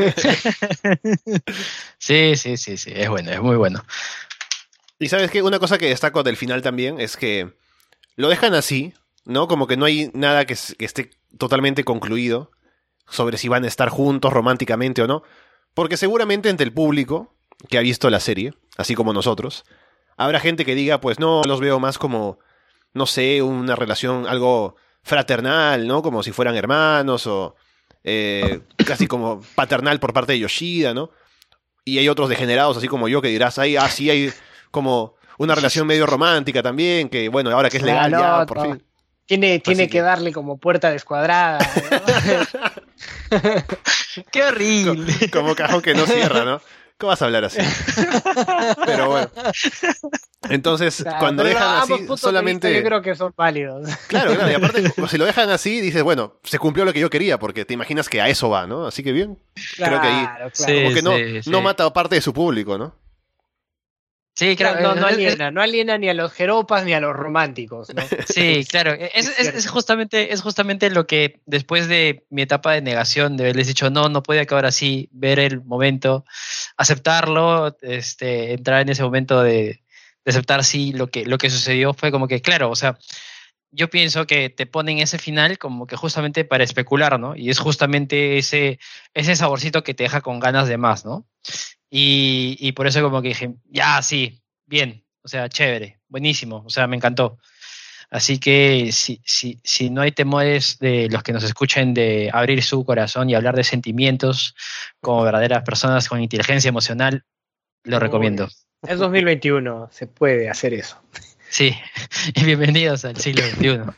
Sí, sí, sí, sí, es bueno, es muy bueno. Y sabes qué, una cosa que destaco del final también es que lo dejan así, ¿no? Como que no hay nada que, s- que esté totalmente concluido sobre si van a estar juntos románticamente o no. Porque seguramente entre el público que ha visto la serie, así como nosotros, habrá gente que diga, pues no, los veo más como, no sé, una relación algo fraternal, ¿no? Como si fueran hermanos o eh, casi como paternal por parte de Yoshida, ¿no? Y hay otros degenerados, así como yo, que dirás, ahí, ah, sí, hay como una relación medio romántica también, que bueno, ahora que es legal, Ah, no, ya, por no. fin. Tiene, tiene Así que que- darle como puerta descuadrada, ¿no? ¡Qué horrible! Como cajón que no cierra, ¿no? ¿Cómo vas a hablar así? Pero bueno. Entonces, Claro, cuando pero dejan ambos así, puntos de vista solamente... yo creo que son válidos. Claro, claro, y aparte, si lo dejan así, dices, bueno, se cumplió lo que yo quería, porque te imaginas que a eso va, ¿no? Así que bien. Creo que ahí, Claro, claro. Sí, como que no, sí, sí. no mata a parte de su público, ¿no? Sí, claro, Claro, no, no es- es- aliena, no aliena ni a los jeropas ni a los románticos, ¿no? sí, Es- claro. Es, es es- cierto. es justamente, es justamente lo que después de mi etapa de negación, de haberles dicho, no, no puede acabar así, ver el momento, aceptarlo, este, entrar en ese momento de, de aceptar sí lo que, lo que sucedió, fue como que, claro, o sea, yo pienso que te ponen ese final como que justamente para especular, ¿no? Y es justamente ese, ese saborcito que te deja con ganas de más, ¿no? Y, y por eso como que dije, ya, sí, bien, o sea, chévere, buenísimo, o sea, me encantó. Así que si, si, si no hay temores de los que nos escuchen de abrir su corazón y hablar de sentimientos como verdaderas personas con inteligencia emocional, lo Uy. recomiendo. Es dos mil veintiuno, se puede hacer eso. Sí, y bienvenidos al siglo veintiuno.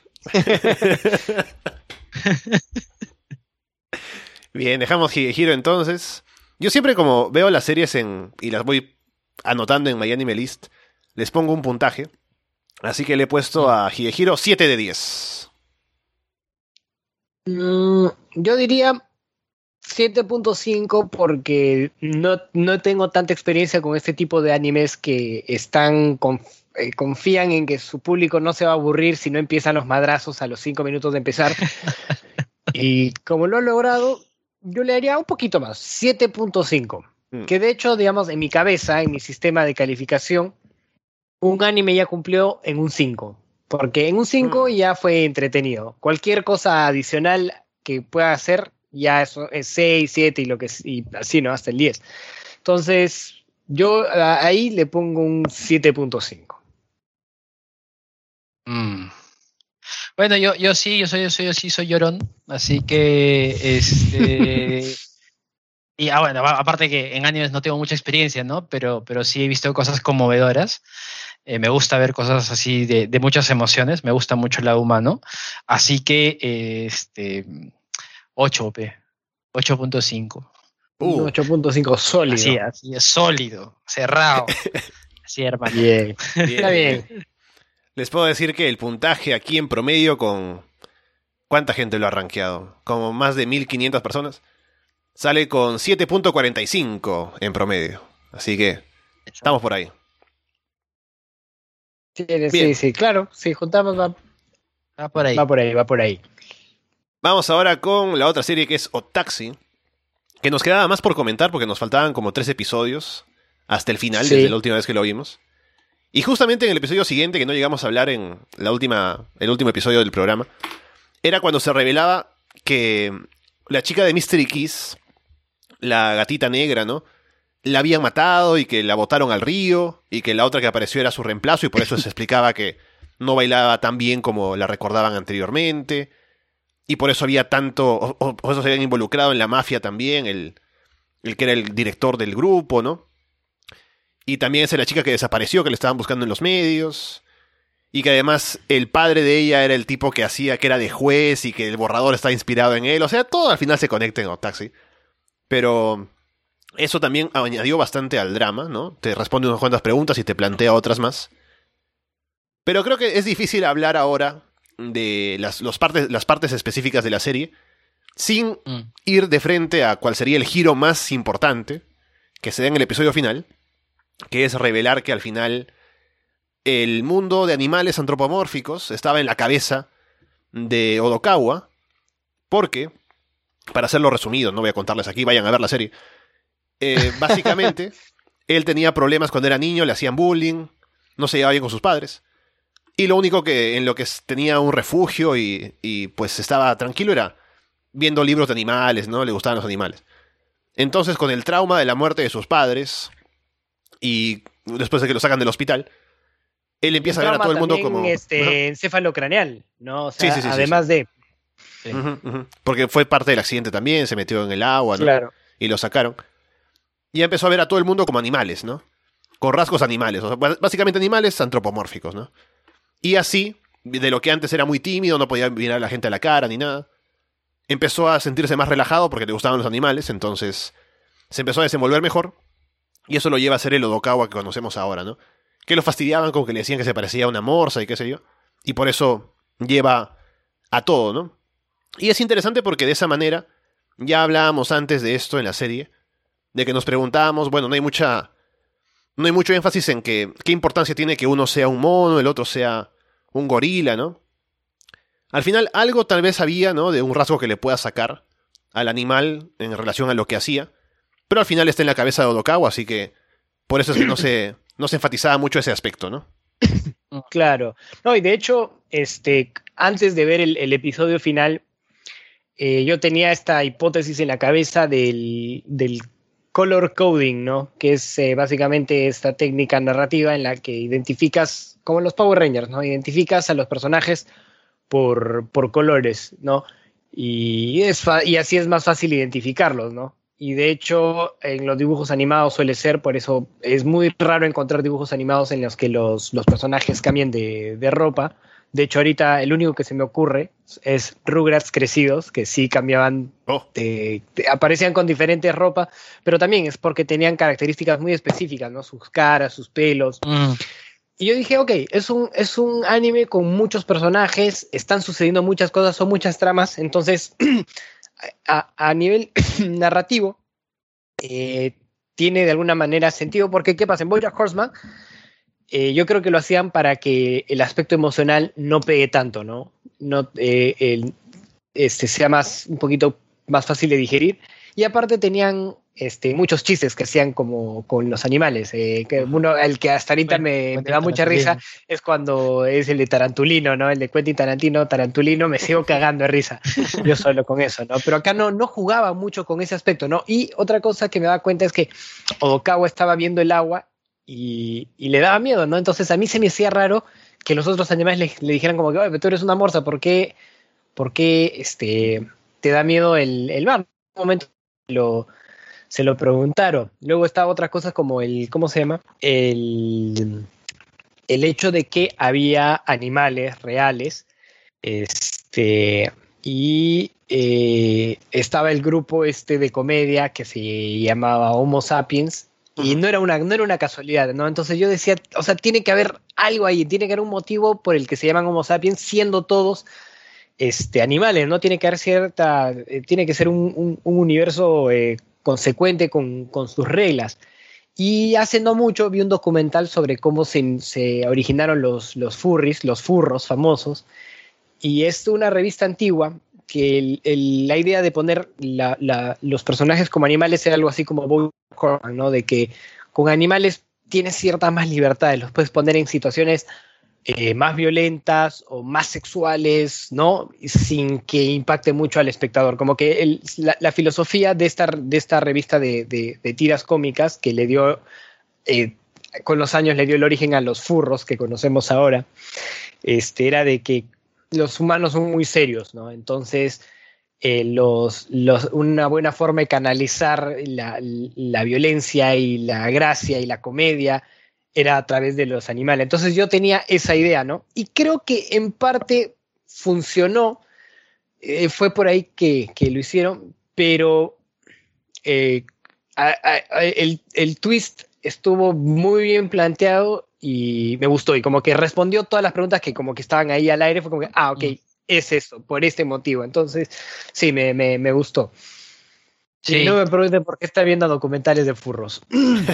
Bien, dejamos Higehiro entonces. Yo siempre como veo las series en y las voy anotando en My Anime List, les pongo un puntaje. Así que le he puesto a Higehiro siete de diez. Mm, yo diría siete punto cinco porque no, no tengo tanta experiencia con este tipo de animes que están conf- eh, confían en que su público no se va a aburrir si no empiezan los madrazos a los cinco minutos de empezar. Y como lo han logrado, yo le daría un poquito más, siete punto cinco. Mm. Que de hecho, digamos, en mi cabeza, en mi sistema de calificación, un anime ya cumplió en un cinco. Porque en un cinco Mm. ya fue entretenido. Cualquier cosa adicional que pueda hacer, ya eso es seis, siete y lo que y así, ¿no? Hasta el diez. Entonces, yo a- ahí le pongo un siete punto cinco. Mm. Bueno, yo, yo sí, yo soy, yo soy, yo sí soy llorón, así que este y ah, bueno, a- aparte que en animes no tengo mucha experiencia, ¿no? Pero, pero sí he visto cosas conmovedoras. Eh, me gusta ver cosas así de, de muchas emociones, me gusta mucho el lado humano. Así que eh, este ocho, P, ocho punto cinco. Uh, Un ocho punto cinco sólido. Así, así es sólido, cerrado. Así, hermano. Bien. bien, Está bien. Les puedo decir que el puntaje aquí en promedio con... ¿Cuánta gente lo ha rankeado? Como más de mil quinientas personas. Sale con siete punto cuarenta y cinco en promedio. Así que estamos por ahí. Sí, sí, Bien. sí, claro. Si juntamos, va, Va por ahí. va por ahí, va por ahí. Vamos ahora con la otra serie que es Otaxi. Que nos quedaba más por comentar porque nos faltaban como tres episodios hasta el final, Sí. desde la última vez que lo vimos. Y justamente en el episodio siguiente, que no llegamos a hablar en la última, el último episodio del programa, era cuando se revelaba que la chica de Mystery Kiss, la gatita negra, ¿no? la habían matado y que la botaron al río y que la otra que apareció era su reemplazo y por eso se explicaba que no bailaba tan bien como la recordaban anteriormente y por eso había tanto, o, o por eso se habían involucrado en la mafia también, el, el que era el director del grupo, ¿no? Y también esa es la chica que desapareció, que le estaban buscando en los medios. Y que además el padre de ella era el tipo que hacía, que era de juez y que el borrador está inspirado en él. O sea, todo al final se conecta en Otaxi. Pero eso también añadió bastante al drama, ¿no? Te responde unas cuantas preguntas y te plantea otras más. Pero creo que es difícil hablar ahora de las, los partes, las partes específicas de la serie sin mm. ir de frente a cuál sería el giro más importante que se da en el episodio final, que es revelar que al final el mundo de animales antropomórficos estaba en la cabeza de Odokawa, porque, para hacerlo resumido, no voy a contarles aquí, vayan a ver la serie, eh, básicamente, él tenía problemas cuando era niño, le hacían bullying, no se llevaba bien con sus padres, y lo único que en lo que tenía un refugio y, y pues estaba tranquilo era viendo libros de animales, ¿no? Le gustaban los animales. Entonces, con el trauma de la muerte de sus padres, y después de que lo sacan del hospital, él empieza a ver a todo el mundo como... Este, uh-huh. encefalocraneal, ¿no? O sea, sí, sí, sí, además sí, sí. de... Sí. Uh-huh, uh-huh. Porque fue parte del accidente también, se metió en el agua, ¿no? Claro. Y lo sacaron. Y empezó a ver a todo el mundo como animales, ¿no? Con rasgos animales, o sea, básicamente animales antropomórficos, ¿no? Y así, de lo que antes era muy tímido, no podía mirar a la gente a la cara ni nada, empezó a sentirse más relajado porque le gustaban los animales, entonces se empezó a desenvolver mejor, y eso lo lleva a ser el Odokawa que conocemos ahora, ¿no? Que lo fastidiaban con que le decían que se parecía a una morsa y qué sé yo. Y por eso lleva a todo, ¿no? Y es interesante porque de esa manera, ya hablábamos antes de esto en la serie, de que nos preguntábamos, bueno, no hay mucha... No hay mucho énfasis en que qué importancia tiene que uno sea un mono, el otro sea un gorila, ¿no? Al final algo tal vez había, ¿no? De un rasgo que le pueda sacar al animal en relación a lo que hacía. Pero al final está en la cabeza de Odokawa, así que por eso es que no se... no se enfatizaba mucho ese aspecto, ¿no? Claro. No, y de hecho, este, antes de ver el, el episodio final, eh, yo tenía esta hipótesis en la cabeza del, del color coding, ¿no? Que es eh, básicamente esta técnica narrativa en la que identificas, como en los Power Rangers, ¿no? Identificas a los personajes por, por colores, ¿no? Y, es fa- y así es más fácil identificarlos, ¿no? Y de hecho, en los dibujos animados suele ser, por eso es muy raro encontrar dibujos animados en los que los, los personajes cambien de, de ropa. De hecho, ahorita el único que se me ocurre es Rugrats crecidos, que sí cambiaban, oh. de, de, aparecían con diferentes ropas, pero también es porque tenían características muy específicas, ¿no? Sus caras, sus pelos. Mm. Y yo dije, ok, es un, es un anime con muchos personajes, están sucediendo muchas cosas, son muchas tramas, entonces... A, a nivel narrativo eh, tiene de alguna manera sentido porque ¿qué pasa? En BoJack Horseman eh, yo creo que lo hacían para que el aspecto emocional no pegue tanto, ¿no? no eh, el, este, sea más, un poquito más fácil de digerir y aparte tenían este, muchos chistes que hacían como con los animales. Eh, que uno, el que hasta ahorita bueno, me, me da mucha risa es cuando es el de Tarantulino, ¿no? El de Quentin Tarantino, Tarantulino, me sigo cagando de risa. Yo solo con eso, ¿no? Pero acá no, no jugaba mucho con ese aspecto, ¿no? Y otra cosa que me da cuenta es que Odokawa estaba viendo el agua y, y le daba miedo, ¿no? Entonces a mí se me hacía raro que los otros animales le, le dijeran como que, oye, pero tú eres una morsa, ¿por qué, por qué este, te da miedo el, el mar? En un momento lo... se lo preguntaron. Luego estaba otras cosas como el, ¿cómo se llama? El, el hecho de que había animales reales, este, y eh, estaba el grupo este de comedia que se llamaba Homo Sapiens, y no era una, no era una casualidad, ¿no? Entonces yo decía, o sea, tiene que haber algo ahí, tiene que haber un motivo por el que se llaman Homo Sapiens, siendo todos este, animales, ¿no? Tiene que haber cierta, eh, tiene que ser un, un, un universo eh, consecuente con, con sus reglas. Y hace no mucho vi un documental sobre cómo se, se originaron los, los furries, los furros famosos, y es una revista antigua que el, el, la idea de poner la, la, los personajes como animales era algo así como BoJack Horseman, ¿no? De que con animales tienes ciertas más libertades, los puedes poner en situaciones eh, más violentas o más sexuales, ¿no? Sin que impacte mucho al espectador. Como que el, la, la filosofía de esta, de esta revista de, de, de tiras cómicas que le dio, eh, con los años le dio el origen a los furros que conocemos ahora, este, era de que los humanos son muy serios, ¿no? Entonces, eh, los, los, una buena forma de canalizar la, la violencia y la gracia y la comedia era a través de los animales. Entonces yo tenía esa idea, ¿no? Y creo que en parte funcionó, eh, fue por ahí que, que lo hicieron, pero eh, a, a, el, el twist estuvo muy bien planteado y me gustó, y como que respondió todas las preguntas que como que estaban ahí al aire, fue como que, ah, ok, es eso, por este motivo. Entonces, sí, me, me, me gustó. Sí. Y no me pregunten por qué está viendo documentales de furros.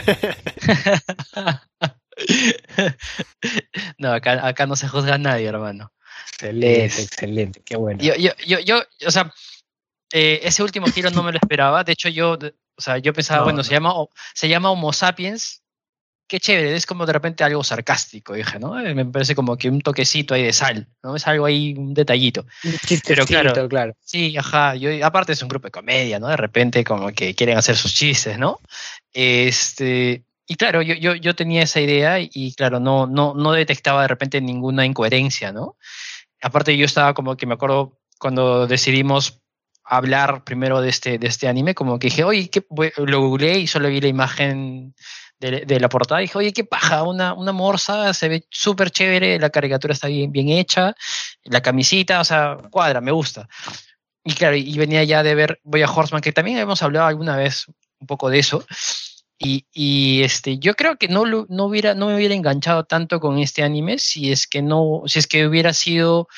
No, acá, acá no se juzga a nadie, hermano. Excelente, es, excelente, qué bueno. Yo, yo, yo, yo o sea, eh, ese último giro no me lo esperaba. De hecho, yo, o sea, yo pensaba, no, bueno, no. Se llama, se llama Homo sapiens. Qué chévere, es como de repente algo sarcástico, dije, ¿no? Me parece como que un toquecito ahí de sal, ¿no? Es algo ahí, un detallito. Pero claro, claro, sí, ajá, yo, aparte es un grupo de comedia, ¿no? De repente como que quieren hacer sus chistes, ¿no? Este, y claro, yo, yo, yo tenía esa idea y claro, no, no, no detectaba de repente ninguna incoherencia, ¿no? Aparte yo estaba como que me acuerdo cuando decidimos hablar primero de este, de este anime, como que dije, oye, ¿qué? Lo googleé y solo vi la imagen De, de la portada, dije, oye, qué paja, una, una morsa, se ve súper chévere, la caricatura está bien, bien hecha, la camisita, o sea, cuadra, me gusta. Y claro, y venía ya de ver Bojack Horseman, que también hemos hablado alguna vez un poco de eso, y, y este, yo creo que no, no, hubiera, no me hubiera enganchado tanto con este anime si es que no, si es que hubiera sido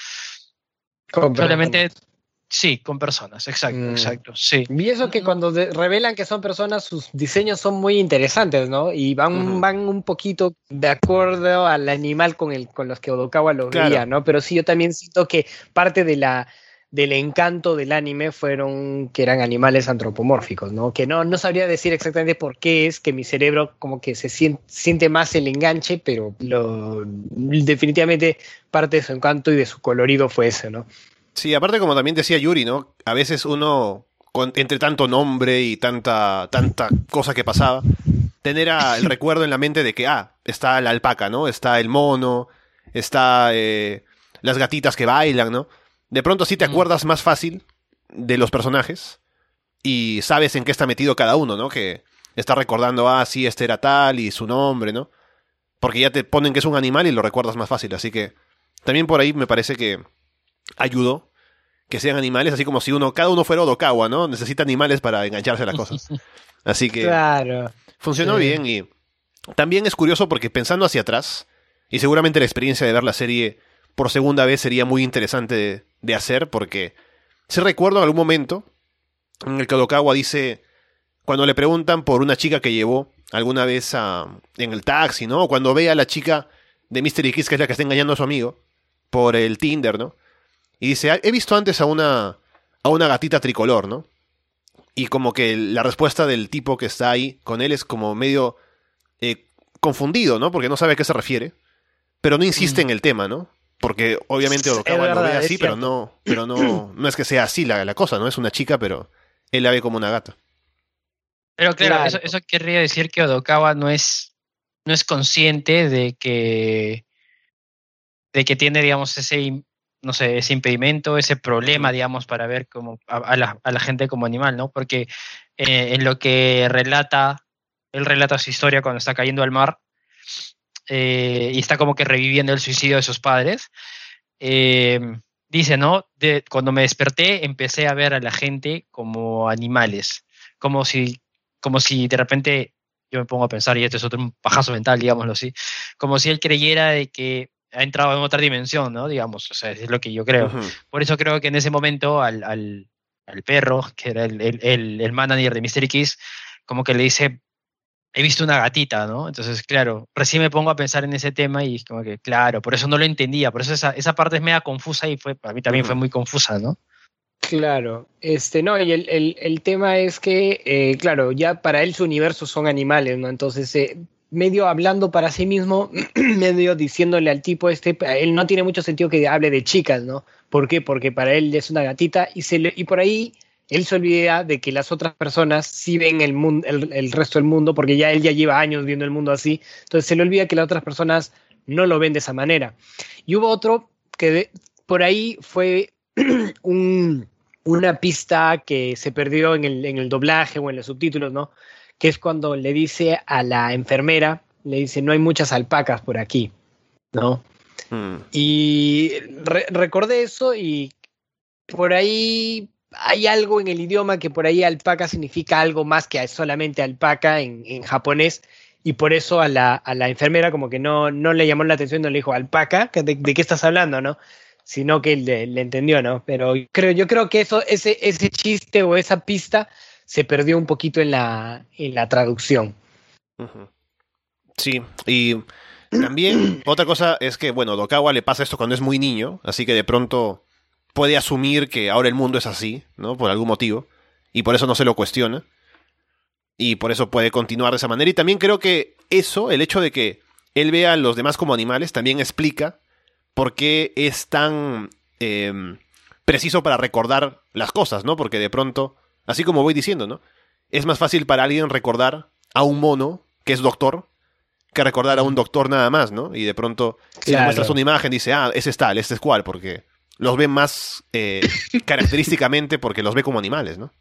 solamente... Sí, con personas, exacto, mm. exacto, sí. Y eso que no, cuando de, revelan que son personas, sus diseños son muy interesantes, ¿no? Y van, uh-huh. van un poquito de acuerdo al animal con el con los que Odokawa lo claro. veía, ¿no? Pero sí, yo también siento que parte de la del encanto del anime fueron que eran animales antropomórficos, ¿no? Que no, no sabría decir exactamente por qué es que mi cerebro como que se siente, siente más el enganche, pero lo, definitivamente parte de su encanto y de su colorido fue ese, ¿no? Sí, aparte como también decía Yuri, ¿no? A veces uno, con, entre tanto nombre y tanta, tanta cosa que pasaba, tener a, el recuerdo en la mente de que, ah, está la alpaca, ¿no? Está el mono, está eh, las gatitas que bailan, ¿no? De pronto sí te acuerdas más fácil de los personajes y sabes en qué está metido cada uno, ¿no? Que está recordando, ah, sí, este era tal y su nombre, ¿no? Porque ya te ponen que es un animal y lo recuerdas más fácil, así que también por ahí me parece que ayudó que sean animales, así como si uno, cada uno fuera Odokawa, ¿no? Necesita animales para engancharse a las cosas. Así que claro, funcionó sí. bien y también es curioso porque pensando hacia atrás, y seguramente la experiencia de ver la serie por segunda vez sería muy interesante de, de hacer, porque sí recuerdo en algún momento en el que Odokawa dice, cuando le preguntan por una chica que llevó alguna vez a, en el taxi, ¿no? O cuando ve a la chica de Mystery Kiss, que es la que está engañando a su amigo, por el Tinder, ¿no? Y dice, he visto antes a una, a una gatita tricolor, ¿no? Y como que la respuesta del tipo que está ahí con él es como medio eh, confundido, ¿no? Porque no sabe a qué se refiere. Pero no insiste mm. en el tema, ¿no? Porque obviamente Odokawa lo ve así, pero no, pero no, no es que sea así la, la cosa, ¿no? Es una chica, pero él la ve como una gata. Pero claro, claro. Eso, eso querría decir que Odokawa no es, no es consciente de que, de que tiene, digamos, ese... no sé, ese impedimento, ese problema, digamos, para ver como a, a, la, a la gente como animal, ¿no? Porque eh, en lo que relata, él relata su historia cuando está cayendo al mar eh, y está como que reviviendo el suicidio de sus padres, eh, dice, ¿no? De, cuando me desperté empecé a ver a la gente como animales, como si, como si de repente, yo me pongo a pensar, y esto es otro un pajazo mental, digámoslo así, como si él creyera de que ha entrado en otra dimensión, ¿no? Digamos, o sea, es lo que yo creo. Uh-huh. Por eso creo que en ese momento al, al, al perro, que era el, el, el, el manager de Mystery Kiss, como que le dice, he visto una gatita, ¿no? Entonces, claro, recién me pongo a pensar en ese tema y como que, claro, por eso no lo entendía, por eso esa, esa parte es media confusa y fue, para mí también uh-huh. fue muy confusa, ¿no? Claro, este, no, y el, el, el tema es que, eh, claro, ya para él su universo son animales, ¿no? Entonces, eh, medio hablando para sí mismo, medio diciéndole al tipo este, él no tiene mucho sentido que hable de chicas, ¿no? ¿Por qué? Porque para él es una gatita y, se le, y por ahí él se olvida de que las otras personas sí ven el, mundo, el, el resto del mundo, porque ya él ya lleva años viendo el mundo así, entonces se le olvida que las otras personas no lo ven de esa manera. Y hubo otro que de, por ahí fue un, una pista que se perdió en el, en el doblaje o en los subtítulos, ¿no? Que es cuando le dice a la enfermera, le dice, no hay muchas alpacas por aquí, ¿no? Mm. Y re recordé eso y por ahí hay algo en el idioma que por ahí alpaca significa algo más que solamente alpaca en, en japonés, y por eso a la, a la enfermera como que no, no le llamó la atención, no le dijo, ¿alpaca? ¿De, de qué estás hablando, no? Sino que le, le entendió, ¿no? Pero creo, yo creo que eso, ese, ese chiste o esa pista se perdió un poquito en la, en la traducción. Sí, y también otra cosa es que, bueno, Dokawa le pasa esto cuando es muy niño, así que de pronto puede asumir que ahora el mundo es así, ¿no? Por algún motivo, y por eso no se lo cuestiona, y por eso puede continuar de esa manera. Y también creo que eso, el hecho de que él vea a los demás como animales, también explica por qué es tan eh, preciso para recordar las cosas, ¿no? Porque de pronto, así como voy diciendo, ¿no? Es más fácil para alguien recordar a un mono que es doctor que recordar a un doctor nada más, ¿no? Y de pronto, si claro. le muestras una imagen, dice, ah, ese es tal, este es cual, porque los ve más eh, característicamente porque los ve como animales, ¿no?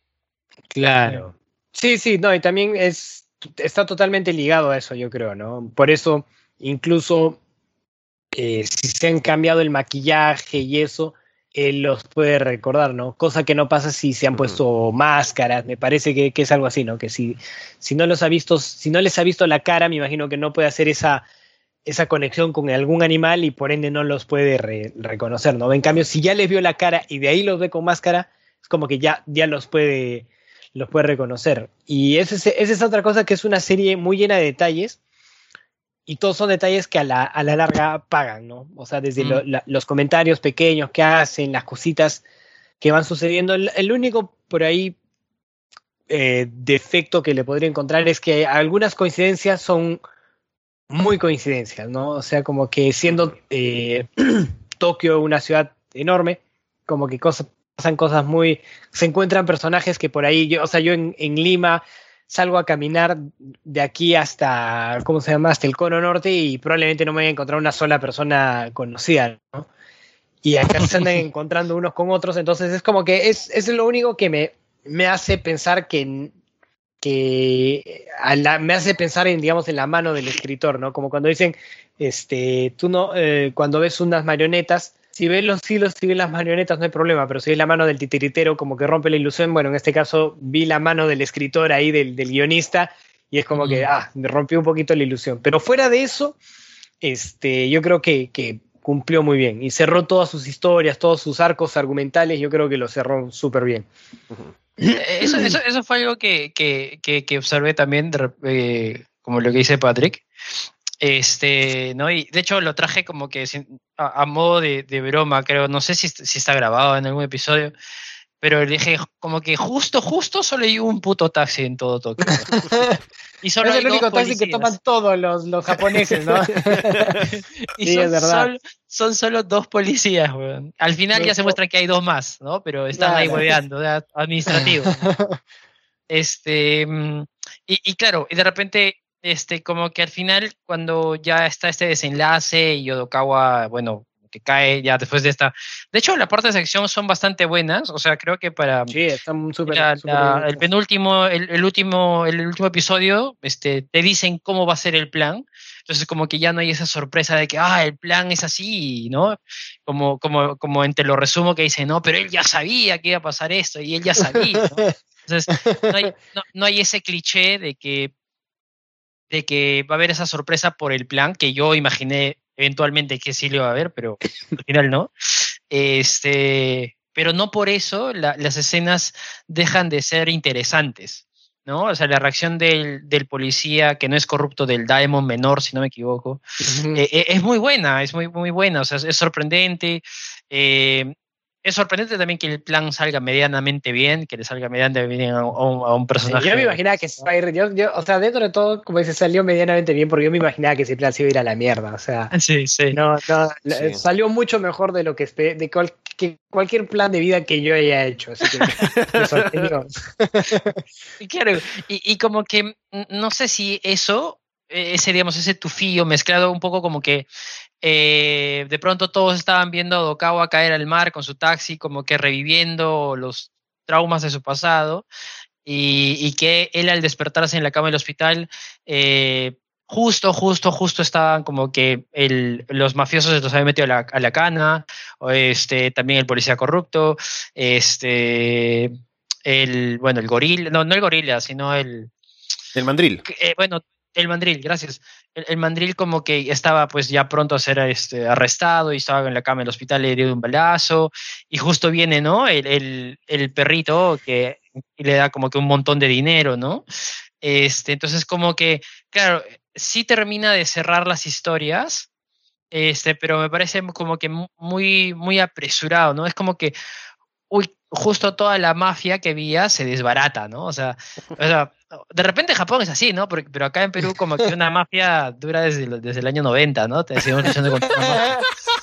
Claro. Sí, sí, no, y también es, está totalmente ligado a eso, yo creo, ¿no? Por eso, incluso, eh, si se han cambiado el maquillaje y eso, él los puede recordar, ¿no? Cosa que no pasa si se han puesto uh-huh. máscaras, me parece que, que es algo así, ¿no? Que si, si no los ha visto, si no les ha visto la cara, me imagino que no puede hacer esa, esa conexión con algún animal y por ende no los puede re, reconocer, ¿no? En cambio, si ya les vio la cara y de ahí los ve con máscara, es como que ya, ya los puede, los puede reconocer. Y esa es, esa es otra cosa, que es una serie muy llena de detalles, y todos son detalles que a la, a la larga pagan, ¿no? O sea, desde mm. lo, la, los comentarios pequeños que hacen, las cositas que van sucediendo. El, el único por ahí eh, defecto que le podría encontrar es que algunas coincidencias son muy coincidencias, ¿no? O sea, como que siendo eh, Tokio una ciudad enorme, como que cosas, pasan cosas muy... Se encuentran personajes que por ahí... Yo, o sea, yo en, en Lima... salgo a caminar de aquí hasta, ¿cómo se llama? Hasta el Cono Norte y probablemente no me voy a encontrar una sola persona conocida, ¿no? Y acá se andan encontrando unos con otros, entonces es como que es, es lo único que me, me hace pensar que, que a la, me hace pensar en, digamos, en la mano del escritor, ¿no? Como cuando dicen, este, tú no, eh, cuando ves unas marionetas, si ves los hilos, si ves las marionetas no hay problema, pero si ves la mano del titiritero como que rompe la ilusión, bueno, en este caso vi la mano del escritor ahí, del, del guionista, y es como mm. que, ah, me rompió un poquito la ilusión. Pero fuera de eso, este, yo creo que, que cumplió muy bien y cerró todas sus historias, todos sus arcos argumentales, yo creo que lo cerró súper bien. Uh-huh. Eso, eso, eso fue algo que, que, que, que observé también, eh, como lo que dice Patrick. Este, ¿no? Y de hecho lo traje como que a, a modo de, de broma, creo, no sé si, si está grabado en algún episodio, pero le dije como que justo, justo solo hay un puto taxi en todo Tokio. Y solo es hay el único dos taxi que toman todos los, los japoneses, ¿no? Y sí, son, es verdad. Solo, son solo dos policías, weón. Al final ya se muestra que hay dos más, ¿no? Pero están claro. ahí hueveando, ¿verdad? Administrativos. Este, y, y claro, y de repente Este, como que al final, cuando ya está este desenlace y Odokawa, bueno, que cae ya después de esta... De hecho, las partes de acción son bastante buenas, o sea, creo que para... Sí, están súper... La, la, el penúltimo, el, el, último, el último episodio, este, te dicen cómo va a ser el plan, entonces como que ya no hay esa sorpresa de que, ah, el plan es así, ¿no? Como, como, como en Te lo resumo que dice, no, pero él ya sabía que iba a pasar esto, y él ya sabía, ¿no? Entonces, no hay, no, no hay ese cliché de que de que va a haber esa sorpresa por el plan, que yo imaginé eventualmente que sí le iba a haber, pero al final no. Este, pero no por eso la, las escenas dejan de ser interesantes, ¿no? O sea, la reacción del, del policía, que no es corrupto, del Daemon menor, si no me equivoco, uh-huh. eh, es muy buena, es muy, muy buena, o sea, es sorprendente. Eh, es sorprendente también que el plan salga medianamente bien, que le salga medianamente bien a un, a un personaje. Sí, yo me imaginaba que se iba a ir, yo, yo, o sea, dentro de todo, como dice, salió medianamente bien, porque yo me imaginaba que ese plan se iba a ir a la mierda, o sea, Sí, sí. no, no, Sí. salió mucho mejor de lo que esperé, de cual, que cualquier plan de vida que yo haya hecho, así que me sorprendió. Y claro, y, y como que mm, no sé si eso, eh, ese, digamos, ese tufillo mezclado un poco como que eh, de pronto todos estaban viendo a Odokawa caer al mar con su taxi, como que reviviendo los traumas de su pasado, y, y que él al despertarse en la cama del hospital, eh, justo, justo, justo estaban como que el, los mafiosos se los habían metido a la, a la cana, o este, también el policía corrupto, este, el, bueno, el gorila, no, no el gorila, sino el, El mandril. eh, bueno, el mandril, gracias. El, el mandril como que estaba pues ya pronto a ser este, arrestado y estaba en la cama del hospital, le dio un balazo y justo viene, ¿no? El, el, el perrito que le da como que un montón de dinero, ¿no? Este, entonces como que, claro, sí termina de cerrar las historias, este, pero me parece como que muy, muy apresurado, ¿no? Es como que, uy, justo toda la mafia que había se desbarata, ¿no? O sea, o sea, de repente Japón es así, ¿no? Pero, pero acá en Perú como que una mafia dura desde, lo- desde el año noventa, ¿no? Te seguimos luchando contra una mafia.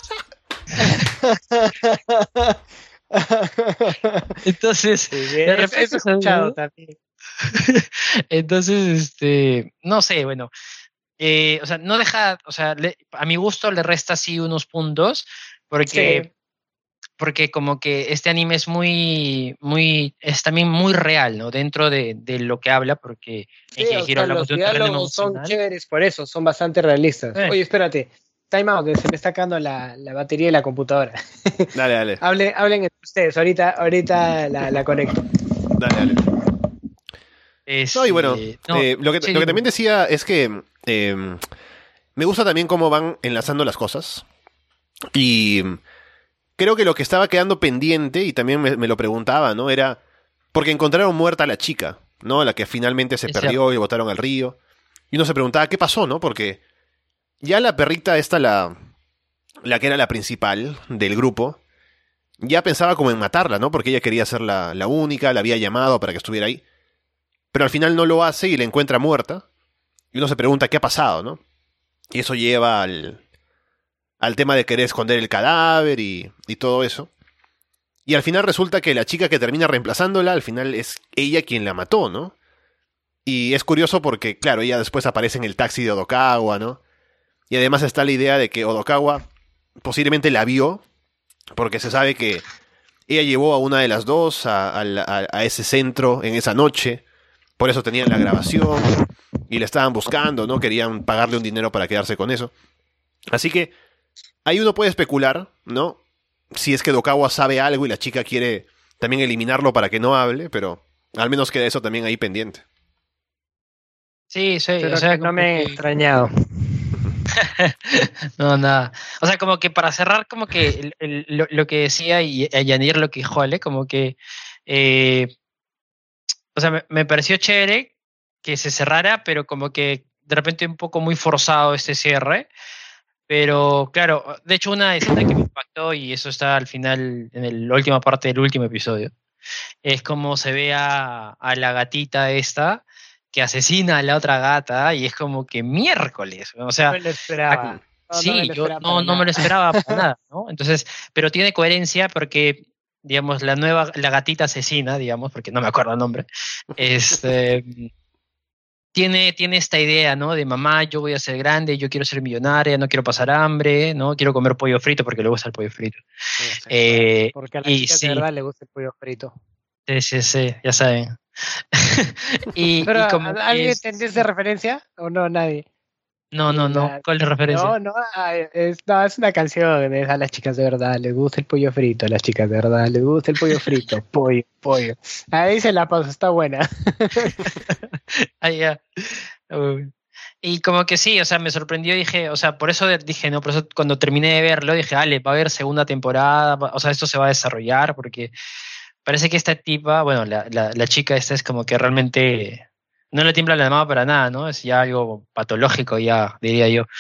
Entonces, Sí, de eso, repente eso he escuchado también. entonces, este, no sé, bueno, eh, o sea, no deja, o sea, le- a mi gusto le resta sí unos puntos, porque, Sí. porque como que este anime es muy, muy, es también muy real, ¿no? Dentro de, de lo que habla, porque en Sí, o Higehiro sea, hablamos los de un terreno diálogos son emocional. chéveres por eso, son bastante realistas. Eh. Oye, espérate, time out, que se me está acabando la, la batería de la computadora. Dale, dale. Hablen, hablen entre ustedes, ahorita, ahorita la, la conecto. Dale, dale. No, y bueno, Este, no, eh, lo, que, sí, lo que dime. también decía es que eh, me gusta también cómo van enlazando las cosas. Y creo que lo que estaba quedando pendiente, y también me, me lo preguntaba, ¿no? Era porque encontraron muerta a la chica, ¿no? La que finalmente se Es perdió y botaron al río. Y uno se preguntaba qué pasó, ¿no? Porque ya la perrita esta, la, la que era la principal del grupo, ya pensaba como en matarla, ¿no? Porque ella quería ser la, la única, la había llamado para que estuviera ahí. Pero al final no lo hace y la encuentra muerta. Y uno se pregunta qué ha pasado, ¿no? Y eso lleva al, al tema de querer esconder el cadáver y, y todo eso. Y al final resulta que la chica que termina reemplazándola, al final es ella quien la mató, ¿no? Y es curioso porque, claro, ella después aparece en el taxi de Odokawa, ¿no? Y además está la idea de que Odokawa posiblemente la vio, porque se sabe que ella llevó a una de las dos a, a, a, a ese centro en esa noche. Por eso tenían la grabación y la estaban buscando, ¿no? Querían pagarle un dinero para quedarse con eso. Así que ahí uno puede especular, ¿no? Si es que Dokawa sabe algo y la chica quiere también eliminarlo para que no hable, pero al menos queda eso también ahí pendiente. Sí, sí, Pero o sea, que no como me he que- extrañado. no, nada. O sea, como que para cerrar, como que el- el- lo, lo que decía y añadir lo que dijo Ale, como que, eh, o sea, me, me pareció chévere que se cerrara, pero como que de repente un poco muy forzado este cierre. Pero claro, de hecho una escena que me impactó y eso está al final, en el- la última parte del último episodio, es como se ve a, a la gatita esta que asesina a la otra gata y es como que miércoles, o sea, No me lo esperaba. No, no sí, me lo yo esperaba no, para no me lo nada. esperaba para nada, ¿no? Entonces, pero tiene coherencia porque, digamos, la nueva, la gatita asesina, digamos, porque no me acuerdo el nombre, este, tiene, tiene esta idea, ¿no? De mamá, yo voy a ser grande, yo quiero ser millonaria, no quiero pasar hambre, ¿no? Quiero comer pollo frito porque le gusta el pollo frito. Eh, Porque a las y chicas sí, de verdad le gusta el pollo frito. sí, sí, sí, ya saben. y, Pero, y como ¿a- que ¿alguien es- entendió esa referencia? ¿O no? Nadie. No, no, no. La- ¿Cuál es la referencia? No, no, ah, es, no, es una canción de a las chicas de verdad les gusta el pollo frito, a las chicas de verdad les gusta el pollo frito, pollo, pollo. Ahí se la pausa, está buena. Ah, ya. Uy. Y como que sí, o sea, me sorprendió, dije, o sea, por eso de- dije, no, por eso cuando terminé de verlo, dije, dale, va a haber segunda temporada, va- o sea, esto se va a desarrollar, porque parece que esta tipa, bueno, la, la, la chica esta es como que realmente no le tiembla la mano para nada, ¿no? Es ya algo patológico, ya, diría yo.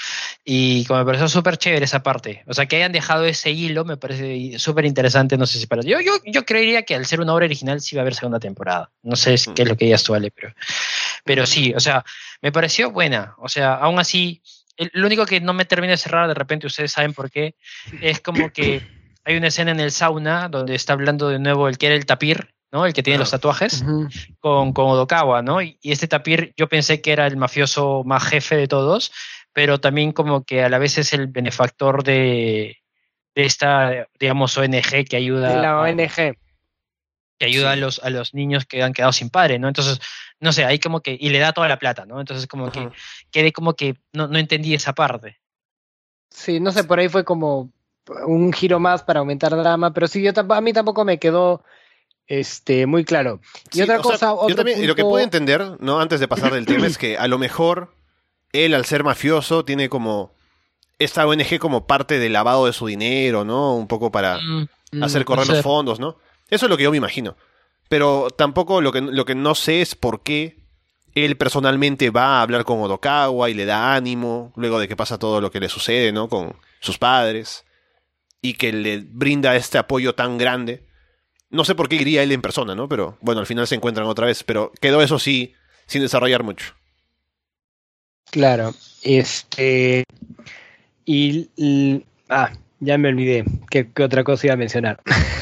Y como me pareció súper chévere esa parte. O sea, que hayan dejado ese hilo me parece súper interesante. No sé si para. Yo, yo, yo creería que al ser una obra original sí va a haber segunda temporada. No sé si, qué es lo que digas tú, Ale, pero, pero sí, o sea, me pareció buena. O sea, aún así, el, lo único que no me termina de cerrar, de repente ustedes saben por qué, es como que hay una escena en el sauna donde está hablando de nuevo el que era el tapir, ¿no? El que tiene los tatuajes, uh-huh. con, con Odokawa, ¿no? Y, y este tapir yo pensé que era el mafioso más jefe de todos, pero también como que a la vez es el benefactor de, de esta, digamos, O N G que ayuda... De la a, O N G. Que ayuda sí. a, los, a los niños que han quedado sin padre, ¿no? Entonces, no sé, ahí como que... Y le da toda la plata, ¿no? Entonces como uh-huh. que quedé como que no, no entendí esa parte. Sí, no sé, por ahí fue como un giro más para aumentar drama, pero sí, yo a mí tampoco me quedó... Este, muy claro. Y sí, otra cosa, sea, otro yo también, punto... lo que puedo entender, ¿no? Antes de pasar del tema, es que a lo mejor él, al ser mafioso, tiene como esta O N G como parte del lavado de su dinero, ¿no? Un poco para mm, hacer correr no sé. los fondos, ¿no? Eso es lo que yo me imagino. Pero tampoco lo que, lo que no sé es por qué él personalmente va a hablar con Odokawa y le da ánimo, luego de que pasa todo lo que le sucede, ¿no? Con sus padres, y que le brinda este apoyo tan grande. No sé por qué iría él en persona, ¿no? Pero bueno, al final se encuentran otra vez. Pero quedó eso sí, sin desarrollar mucho. Claro. Este. Y. y ah, ya me olvidé. ¿Qué, qué otra cosa iba a mencionar?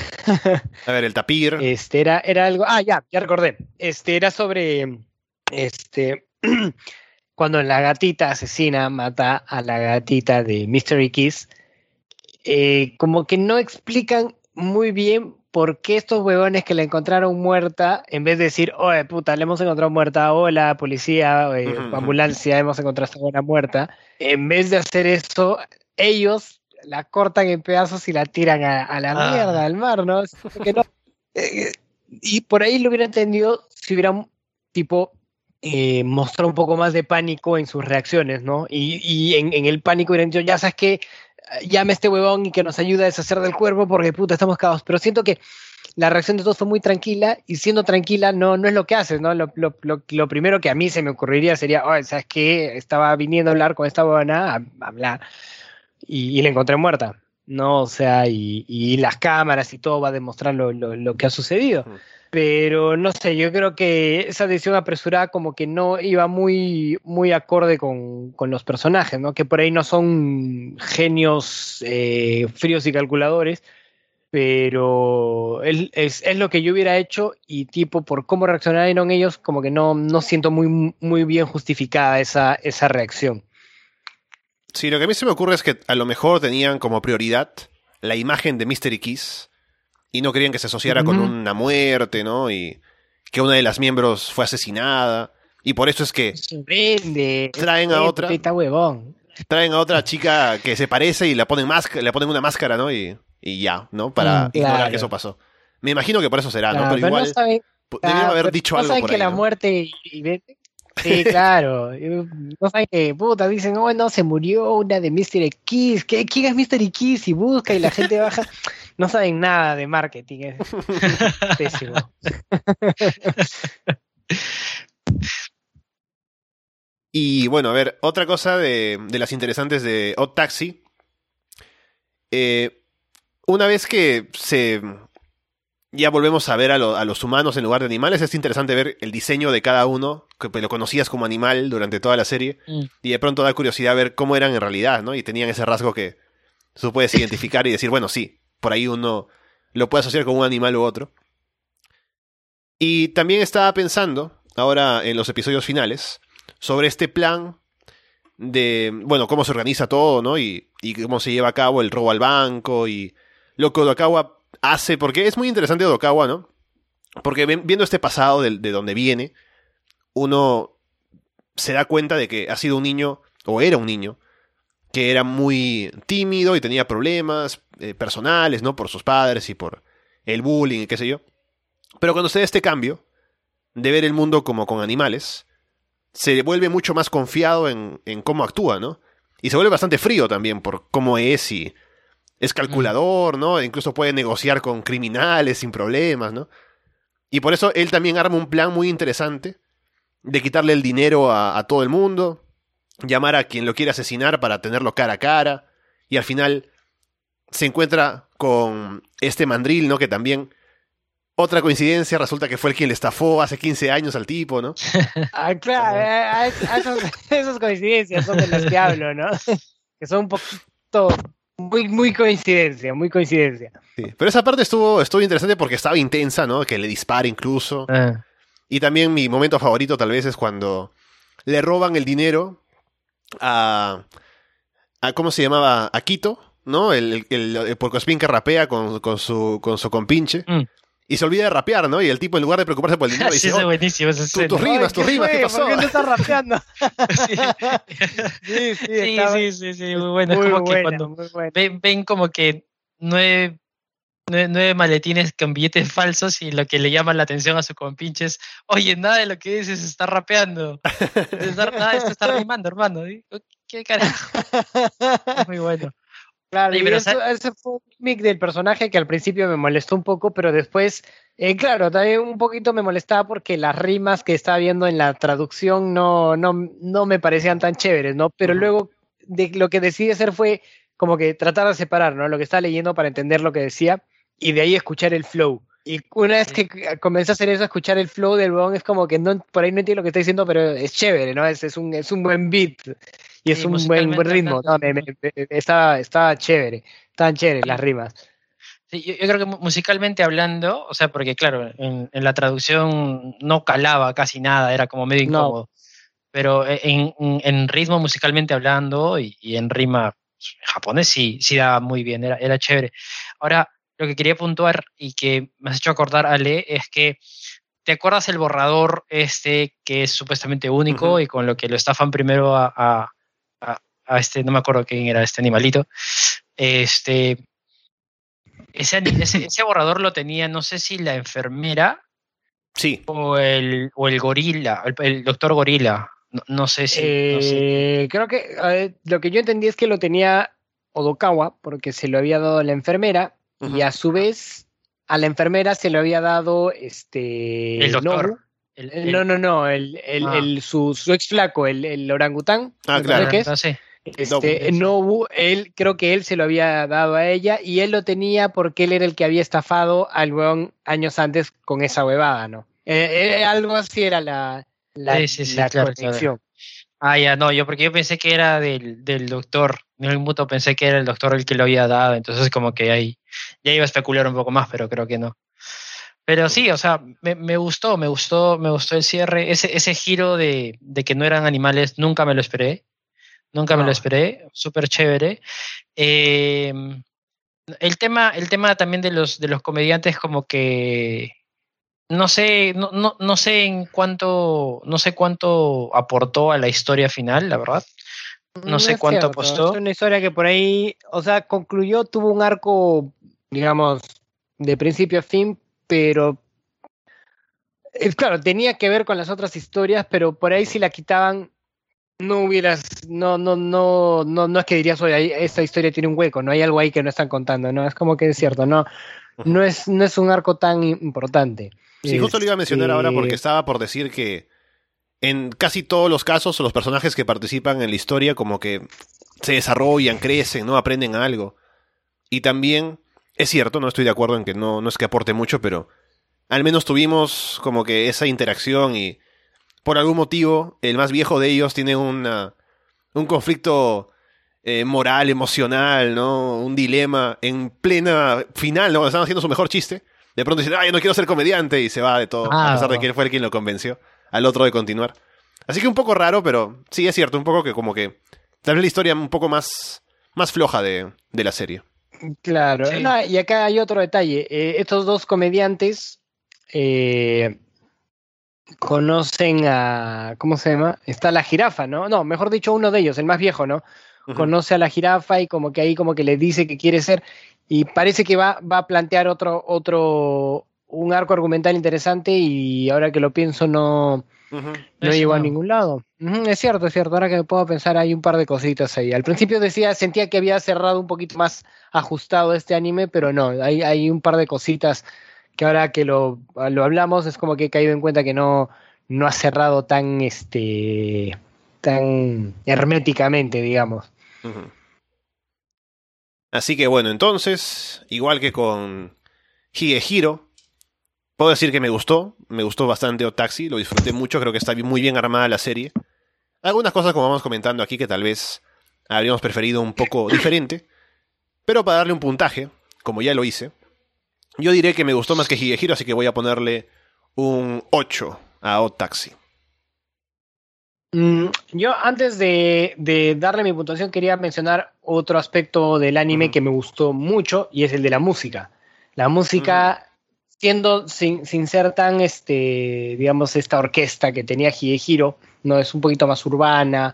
A ver, el tapir. Este era, era algo. Ah, ya, ya recordé. Este era sobre. Este. Cuando la gatita asesina mata a la gatita de Mystery Kiss. Eh, como que no explican muy bien por qué estos huevones que la encontraron muerta, en vez de decir, oye, puta, la hemos encontrado muerta, hola, policía, eh, uh-huh. ambulancia, hemos encontrado esta buena muerta, en vez de hacer eso, ellos la cortan en pedazos y la tiran a, a la ah. mierda, al mar, ¿no? Que no eh, y por ahí lo hubiera entendido si hubieran, tipo, eh, mostrado un poco más de pánico en sus reacciones, ¿no? Y, y en, en el pánico hubieran dicho, ya sabes que llame a este huevón y que nos ayude a deshacer del cuerpo porque puta estamos cagados, pero siento que la reacción de todos fue muy tranquila y siendo tranquila no, no es lo que haces, ¿no? Lo, lo, lo, lo primero que a mí se me ocurriría sería, oh, ¿sabes qué? Estaba viniendo a hablar con esta huevona, a, a hablar y, y la encontré muerta, ¿no? O sea, y, y las cámaras y todo va a demostrar lo, lo, lo que ha sucedido. Mm. Pero no sé, yo creo que esa decisión apresurada como que no iba muy, muy acorde con, con los personajes, ¿no? Que por ahí no son genios eh, fríos y calculadores, pero es, es, es lo que yo hubiera hecho y tipo por cómo reaccionaron ellos, como que no, no siento muy, muy bien justificada esa, esa reacción. Sí, lo que a mí se me ocurre es que a lo mejor tenían como prioridad la imagen de Mystery Kiss y no querían que se asociara uh-huh. con una muerte, ¿no? Y que una de las miembros fue asesinada. Y por eso es que Sorprende. traen a otra. Huevón. Traen a otra chica que se parece y la ponen máscara, le ponen una máscara, ¿no? Y, y ya, ¿no? Para mm, ignorar claro. que eso pasó. Me imagino que por eso será, claro, ¿no? Pero, pero igual no saben, debieron haber pero dicho no algo saben por que ahí, la ¿no? muerte y, sí, claro. No saben que, puta, dicen, oh, no, se murió una de Mystery Kiss. ¿Qué, ¿Quién es Mystery Kiss? Y busca y la gente baja. No saben nada de marketing. Es pésimo. Y bueno, a ver, otra cosa de, de las interesantes de Odd Taxi. Eh, una vez que se... ya volvemos a ver a, lo, a los humanos en lugar de animales, es interesante ver el diseño de cada uno, que lo conocías como animal durante toda la serie, mm. y de pronto da curiosidad ver cómo eran en realidad, ¿no? Y tenían ese rasgo que tú puedes identificar y decir, bueno, sí, por ahí uno lo puede asociar con un animal u otro. Y también estaba pensando, ahora en los episodios finales, sobre este plan de, bueno, cómo se organiza todo, ¿no? Y, y cómo se lleva a cabo el robo al banco y lo que Odokawa hace, porque es muy interesante Odokawa, ¿no? Porque viendo este pasado de, de donde viene, uno se da cuenta de que ha sido un niño, o era un niño, que era muy tímido y tenía problemas eh, personales, ¿no? Por sus padres y por el bullying y qué sé yo. Pero cuando se da este cambio de ver el mundo como con animales, se vuelve mucho más confiado en, en cómo actúa, ¿no? Y se vuelve bastante frío también por cómo es y es calculador, ¿no? E incluso puede negociar con criminales sin problemas, ¿no? Y por eso él también arma un plan muy interesante de quitarle el dinero a, a todo el mundo llamar a quien lo quiere asesinar para tenerlo cara a cara, y al final se encuentra con este mandril, ¿no? Que también, otra coincidencia, resulta que fue el quien le estafó hace quince años al tipo, ¿no? Ah, claro, a, a esos, esas coincidencias son de las que hablo, ¿no? Que son un poquito, muy, muy coincidencia, muy coincidencia. Sí. Pero esa parte estuvo, estuvo interesante porque estaba intensa, ¿no? Que le dispara incluso. Ah. Y también mi momento favorito tal vez es cuando le roban el dinero a, a ¿cómo se llamaba? A Quito, ¿no? El, el, el puercoespín que rapea con, con su con su compinche. Mm. Y se olvida de rapear, ¿no? Y el tipo, en lugar de preocuparse por el dinero, Sí, dice, eso es "Oh, buenísimo. Esa tu- escena. tus rimas, tus Ay, rimas, ¿qué fue? pasó?" ¿Por qué no estás rapeando? Sí. Sí, sí, Sí, estaba sí, sí, sí, muy bueno. muy Es como que buena, cuando muy buena. ven, ven como que nueve, nueve, nueve maletines con billetes falsos y lo que le llama la atención a su compinche es, oye, nada de lo que dices está rapeando. Está- Nada de esto está rimando, hermano. ¿Sí? ¿Qué carajo? Es muy bueno. Claro, Oye, y pero eso, sa- ese fue un gimmick del personaje que al principio me molestó un poco, pero después, eh, claro, también un poquito me molestaba porque las rimas que estaba viendo en la traducción no, no, no me parecían tan chéveres, ¿no? Pero Ujú. luego de, lo que decidí hacer fue como que tratar de separar, ¿no? Lo que estaba leyendo para entender lo que decía y de ahí escuchar el flow. Y una vez sí, que comencé a hacer eso, a escuchar el flow del weón, es como que no, por ahí no entiendo lo que está diciendo, pero es chévere, ¿no? Es, es un, es un buen beat. Y es sí, un buen, buen musicalmente ritmo, hablando. ¿no? Me, me- me- está, está chévere, están chéveres las Sí, rimas. sí, yo, yo creo que mu- musicalmente hablando, o sea, porque claro, en, en la traducción no calaba casi nada, era como medio No, incómodo. Pero e, en, en- en ritmo musicalmente hablando y, y en rima pues, en japonés sí, sí daba muy bien, era, era chévere. Ahora, lo que quería puntuar y que me has hecho acordar, Ale, es que ¿te acuerdas el borrador este que es supuestamente único Ujú. y con lo que lo estafan primero a, a, a- a este, no me acuerdo quién era este animalito? Este, ese, ani- ese, ese borrador lo tenía, no sé si la enfermera Sí. o el, o el gorila, el, el doctor gorila. No, no sé si, no sé. eh, creo que eh, lo que yo entendí es que lo tenía Odokawa porque se lo había dado a la enfermera y Ujú. a su vez a la enfermera se lo había dado El este Nobu. doctor. El, Eh, No, el, no, no, el, el, ah, el- su, su ex flaco, el, el orangután, Ah, me parece claro. que es. entonces, Nobu. Este, sí, sí. Nobu, él, creo que él se lo había dado a ella y él lo tenía porque él era el que había estafado al weón años antes con esa huevada, ¿no? Eh, eh, algo así era la, la, Sí, sí, sí, la claro, claro. conexión. Ah, ya, no, yo porque yo pensé que era del, del doctor. En el mutuo pensé que era el doctor el que lo había dado, entonces como que ahí ya iba a especular un poco más, pero creo que no. Pero sí, o sea, me, me gustó, me gustó, me gustó el cierre, ese, ese giro de, de que no eran animales, nunca me lo esperé, nunca me lo No. esperé, súper chévere. Eh, el tema, el tema también de los, de los comediantes como que no sé, no, no, no sé en cuánto, no sé cuánto aportó a la historia final, la verdad. No Mm, sé es cuánto cierto, es apostó. una historia que por ahí, o sea, concluyó, tuvo un arco, digamos, de principio a fin, pero es claro, tenía que ver con las otras historias, pero por ahí si la quitaban, no hubieras, no, no, no, no, no es que dirías, oye, ahí- esta historia tiene un hueco, no hay algo ahí que no están contando, ¿no? Es como que es cierto, no, Ujú. no es, no es un arco tan importante. Sí, justo lo iba a mencionar ahora porque Este, estaba por decir que en casi todos los casos los personajes que participan en la historia como que se desarrollan, crecen, ¿no? Aprenden algo. Y también es cierto, no estoy de acuerdo en que no, no es que aporte mucho, pero al menos tuvimos como que esa interacción y por algún motivo el más viejo de ellos tiene una, un conflicto eh, moral, emocional, ¿no? Un dilema en plena final, ¿no? Cuando están haciendo su mejor chiste. De pronto dice, ah, yo no quiero ser comediante y se va de todo, a Ah, pesar de que él fue el quien lo convenció al otro de continuar. Así que un poco raro, pero sí es cierto, un poco que como que tal vez la historia un poco más, más floja de, de la serie. claro, sí. no, y acá hay otro detalle. Eh, estos dos comediantes eh, conocen a, ¿cómo se llama? Está la jirafa, ¿no? No, mejor dicho, uno de ellos, el más viejo, ¿no? Ujú. Conoce a la jirafa y como que ahí como que le dice que quiere ser y parece que va, va a plantear otro, otro, un arco argumental interesante y ahora que lo pienso no, Ujú. no Eso llegó a no. ningún lado. Ujú, es cierto, es cierto, ahora que me puedo pensar hay un par de cositas ahí. Al principio decía, sentía que había cerrado un poquito más ajustado este anime, pero no, hay, hay un par de cositas que ahora que lo, lo hablamos es como que he caído en cuenta que no, no ha cerrado tan este tan herméticamente, digamos. Ujú. Así que bueno, entonces, igual que con Higehiro, puedo decir que me gustó, me gustó bastante Odd Taxi, lo disfruté mucho, creo que está muy bien armada la serie. Algunas cosas, como vamos comentando aquí, que tal vez habríamos preferido un poco diferente, pero para darle un puntaje, como ya lo hice, yo diré que me gustó más que Higehiro, así que voy a ponerle un ocho a Odd Taxi. Mm, yo antes de, de darle mi puntuación quería mencionar otro aspecto del anime Ujú. que me gustó mucho y es el de la música. La música, siendo sin, sin ser tan, este, digamos, esta orquesta que tenía Higehiro, no es un poquito más urbana,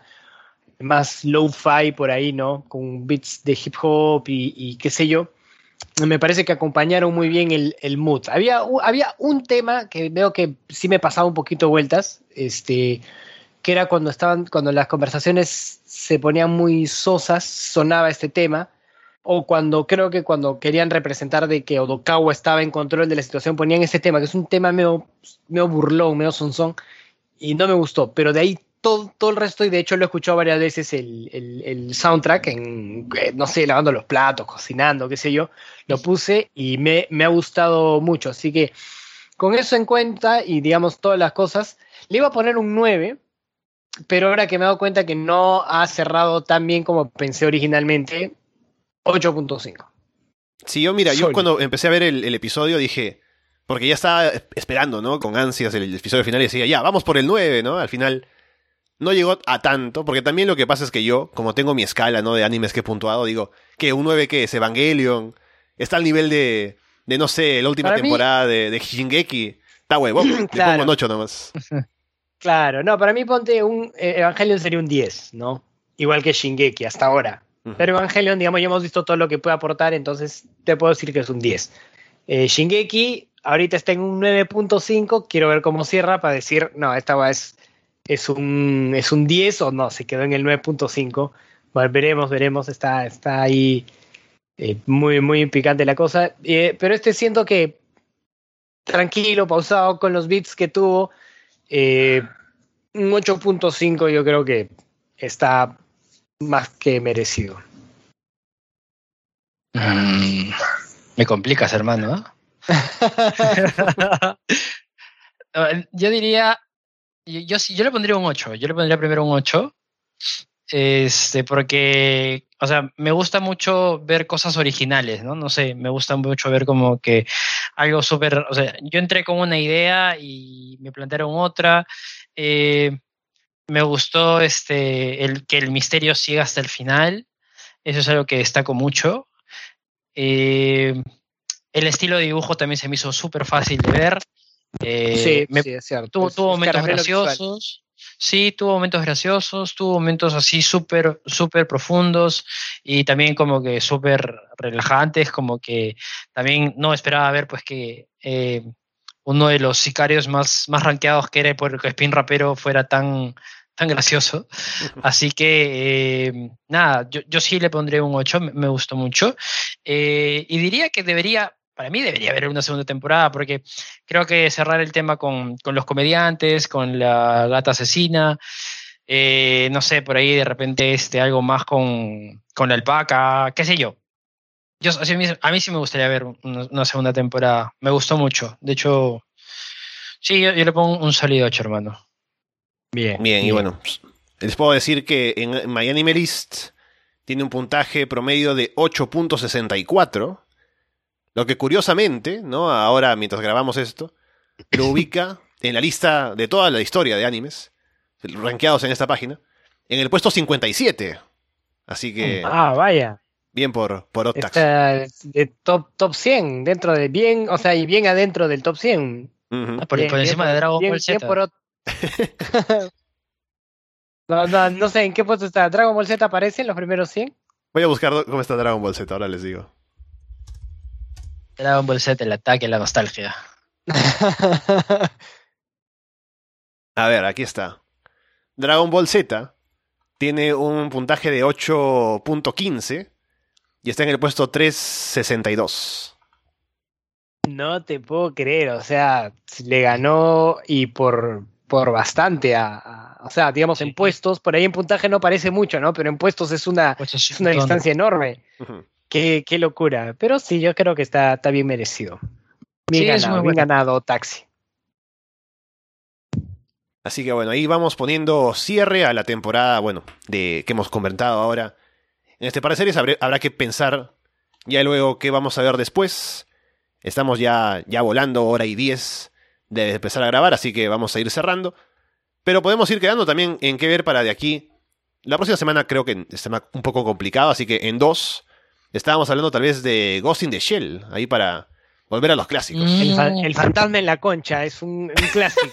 más lo-fi por ahí, ¿no? Con beats de hip hop y, y qué sé yo. Me parece que acompañaron muy bien el, el mood. Había, u- había un tema que veo que sí me pasaba un poquito vueltas, este, que era cuando estaban, cuando las conversaciones se ponían muy sosas, sonaba este tema, o cuando creo que cuando querían representar de que Odokawa estaba en control de la situación, ponían este tema, que es un tema medio, medio burlón, medio sonzón, y no me gustó, pero de ahí todo, todo el resto, y de hecho lo he escuchado varias veces el, el, el soundtrack, en, eh, no sé, lavando los platos, cocinando, qué sé yo, lo puse y me, me ha gustado mucho, así que con eso en cuenta y digamos todas las cosas, le iba a poner un nueve, pero ahora que me he dado cuenta que no ha cerrado tan bien como pensé originalmente, ocho punto cinco. Sí, yo mira, yo Sólido. cuando empecé a ver el, el episodio dije, porque ya estaba esperando, ¿no? Con ansias el, el episodio final y decía, ya, vamos por el nueve, ¿no? Al final no llegó a tanto, porque también lo que pasa es que yo, como tengo mi escala, ¿no? De animes que he puntuado, digo, que un nueve que es Evangelion, está al nivel de, de no sé, la última Para mí, temporada de, de Shingeki, está huevón, le pongo claro. un ocho nomás. Claro, no, para mí ponte un eh, Evangelion sería un diez, ¿no? Igual que Shingeki hasta ahora. Ujú. Pero Evangelion, digamos, ya hemos visto todo lo que puede aportar, entonces te puedo decir que es un diez. Eh, Shingeki ahorita está en un nueve punto cinco, quiero ver cómo cierra para decir, no, esta va es, es, un, es un diez o no, se quedó en el nueve punto cinco. Bueno, veremos, veremos, está, está ahí eh, muy, muy picante la cosa. Eh, pero este siento que tranquilo, pausado con los beats que tuvo. Eh, un ocho punto cinco yo creo que está más que merecido. Mm, me complicas, hermano. ¿eh? Yo diría, yo, yo, sí- yo le pondría un ocho. Yo le pondría primero un ocho. Este, porque, o sea, me gusta mucho ver cosas originales, ¿no? No sé, me gusta mucho ver como que algo súper, o sea, yo entré con una idea y me plantearon otra. Eh, me gustó este, el que el misterio siga hasta el final. Eso es algo que destaco mucho. Eh, el estilo de dibujo también se me hizo súper fácil de ver. Eh, Sí, me, sí, es cierto. tuvo, Es, tuvo es momentos caramelo visual. graciosos. Sí, tuvo momentos graciosos, tuvo momentos así súper, súper profundos y también como que súper relajantes, como que también no esperaba ver pues que eh, uno de los sicarios más, más rankeados que era por Spin Rapero fuera tan, tan gracioso. Así que eh, nada, yo, yo sí le pondré un ocho, me, me gustó mucho. Eh, y diría que debería, para mí debería haber una segunda temporada, porque creo que cerrar el tema con, con los comediantes, con la gata asesina, eh, no sé, por ahí de repente este, algo más con, con la alpaca, qué sé yo. Yo así, a mí a mí sí me gustaría ver una, una segunda temporada. Me gustó mucho. De hecho, sí, yo, yo le pongo un sólido ocho, hermano. Bien, Bien, y bien. bueno, pues, les puedo decir que en My Anime List tiene un puntaje promedio de ocho punto sesenta y cuatro, lo que curiosamente, ¿no? Ahora, mientras grabamos esto, lo ubica en la lista de toda la historia de animes, rankeados en esta página, en el puesto cincuenta y siete. Así que, Ah, vaya. bien por, por Odd Taxi. Está de top, top cien, dentro de bien, o sea, y bien adentro del top cien. Ujú. Por, Bien, por bien encima por, de Dragon bien, Ball bien Z. por ot- no, no, no sé en qué puesto está. ¿Dragon Ball Z aparece en los primeros cien? Voy a buscar cómo está Dragon Ball Z, ahora les digo. Dragon Ball Z, el ataque, la nostalgia. A ver, aquí está. Dragon Ball Z tiene un puntaje de ocho punto quince y está en el puesto trescientos sesenta y dos. No te puedo creer, o sea, le ganó y por, por bastante a, a- O sea, digamos, Sí. en puestos, por ahí en puntaje no parece mucho, ¿no? Pero en puestos es una, Pues es es una un montón. distancia enorme. Ujú. Qué, qué locura. Pero sí, yo creo que está, está bien merecido. Bien Sí, es ganado, muy bien bueno. ganado Taxi. Así que bueno, ahí vamos poniendo cierre a la temporada, bueno, de que hemos comentado ahora. En este par de series habré- habrá que pensar ya luego qué vamos a ver después. Estamos ya, ya volando hora y diez de empezar a grabar, así que vamos a ir cerrando. Pero podemos ir quedando también en qué ver para de aquí. La próxima semana creo que está un poco complicado, así que en dos estábamos hablando tal vez de Ghost in the Shell, ahí para volver a los clásicos. Mm. El, fa- el fantasma en la concha es un, un clásico.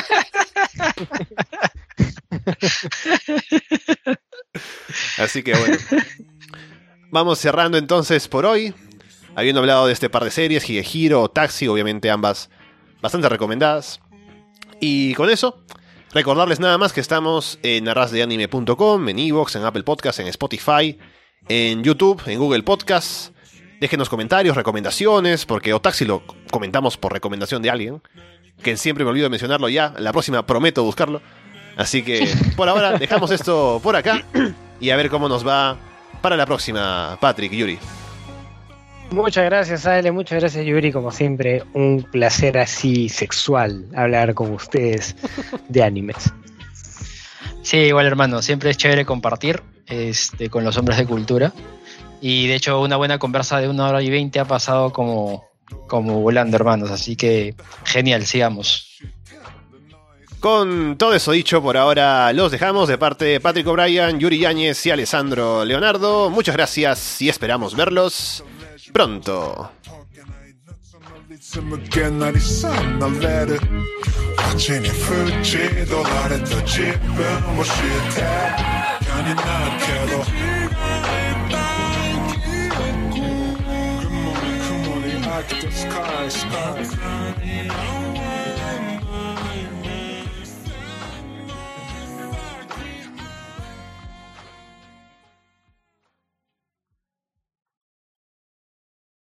Así que bueno. Vamos cerrando entonces por hoy. Habiendo hablado de este par de series, Higehiro, Taxi, obviamente ambas bastante recomendadas. Y con eso, recordarles nada más que estamos en arrasdeanime punto com, en Evox, en Apple Podcasts, en Spotify, en YouTube, en Google Podcasts. Déjenos comentarios, recomendaciones, porque Otaxi lo comentamos por recomendación de alguien, que siempre me olvido de mencionarlo ya. La próxima prometo buscarlo. Así que por ahora dejamos esto por acá y a ver cómo nos va para la próxima, Patrick, Yuri. Muchas gracias, Ale. Muchas gracias, Yuri. Como siempre, un placer así sexual hablar con ustedes de animes. Sí, igual hermano, siempre es chévere compartir este, con los hombres de cultura. Y de hecho una buena conversa de una hora y veinte ha pasado como, como volando, hermanos. Así que genial, sigamos. Con todo eso dicho, por ahora los dejamos de parte de Patrick O'Brien, Yuri Yáñez y Alessandro Leonardo. Muchas gracias y esperamos verlos pronto. Like the sky, sky.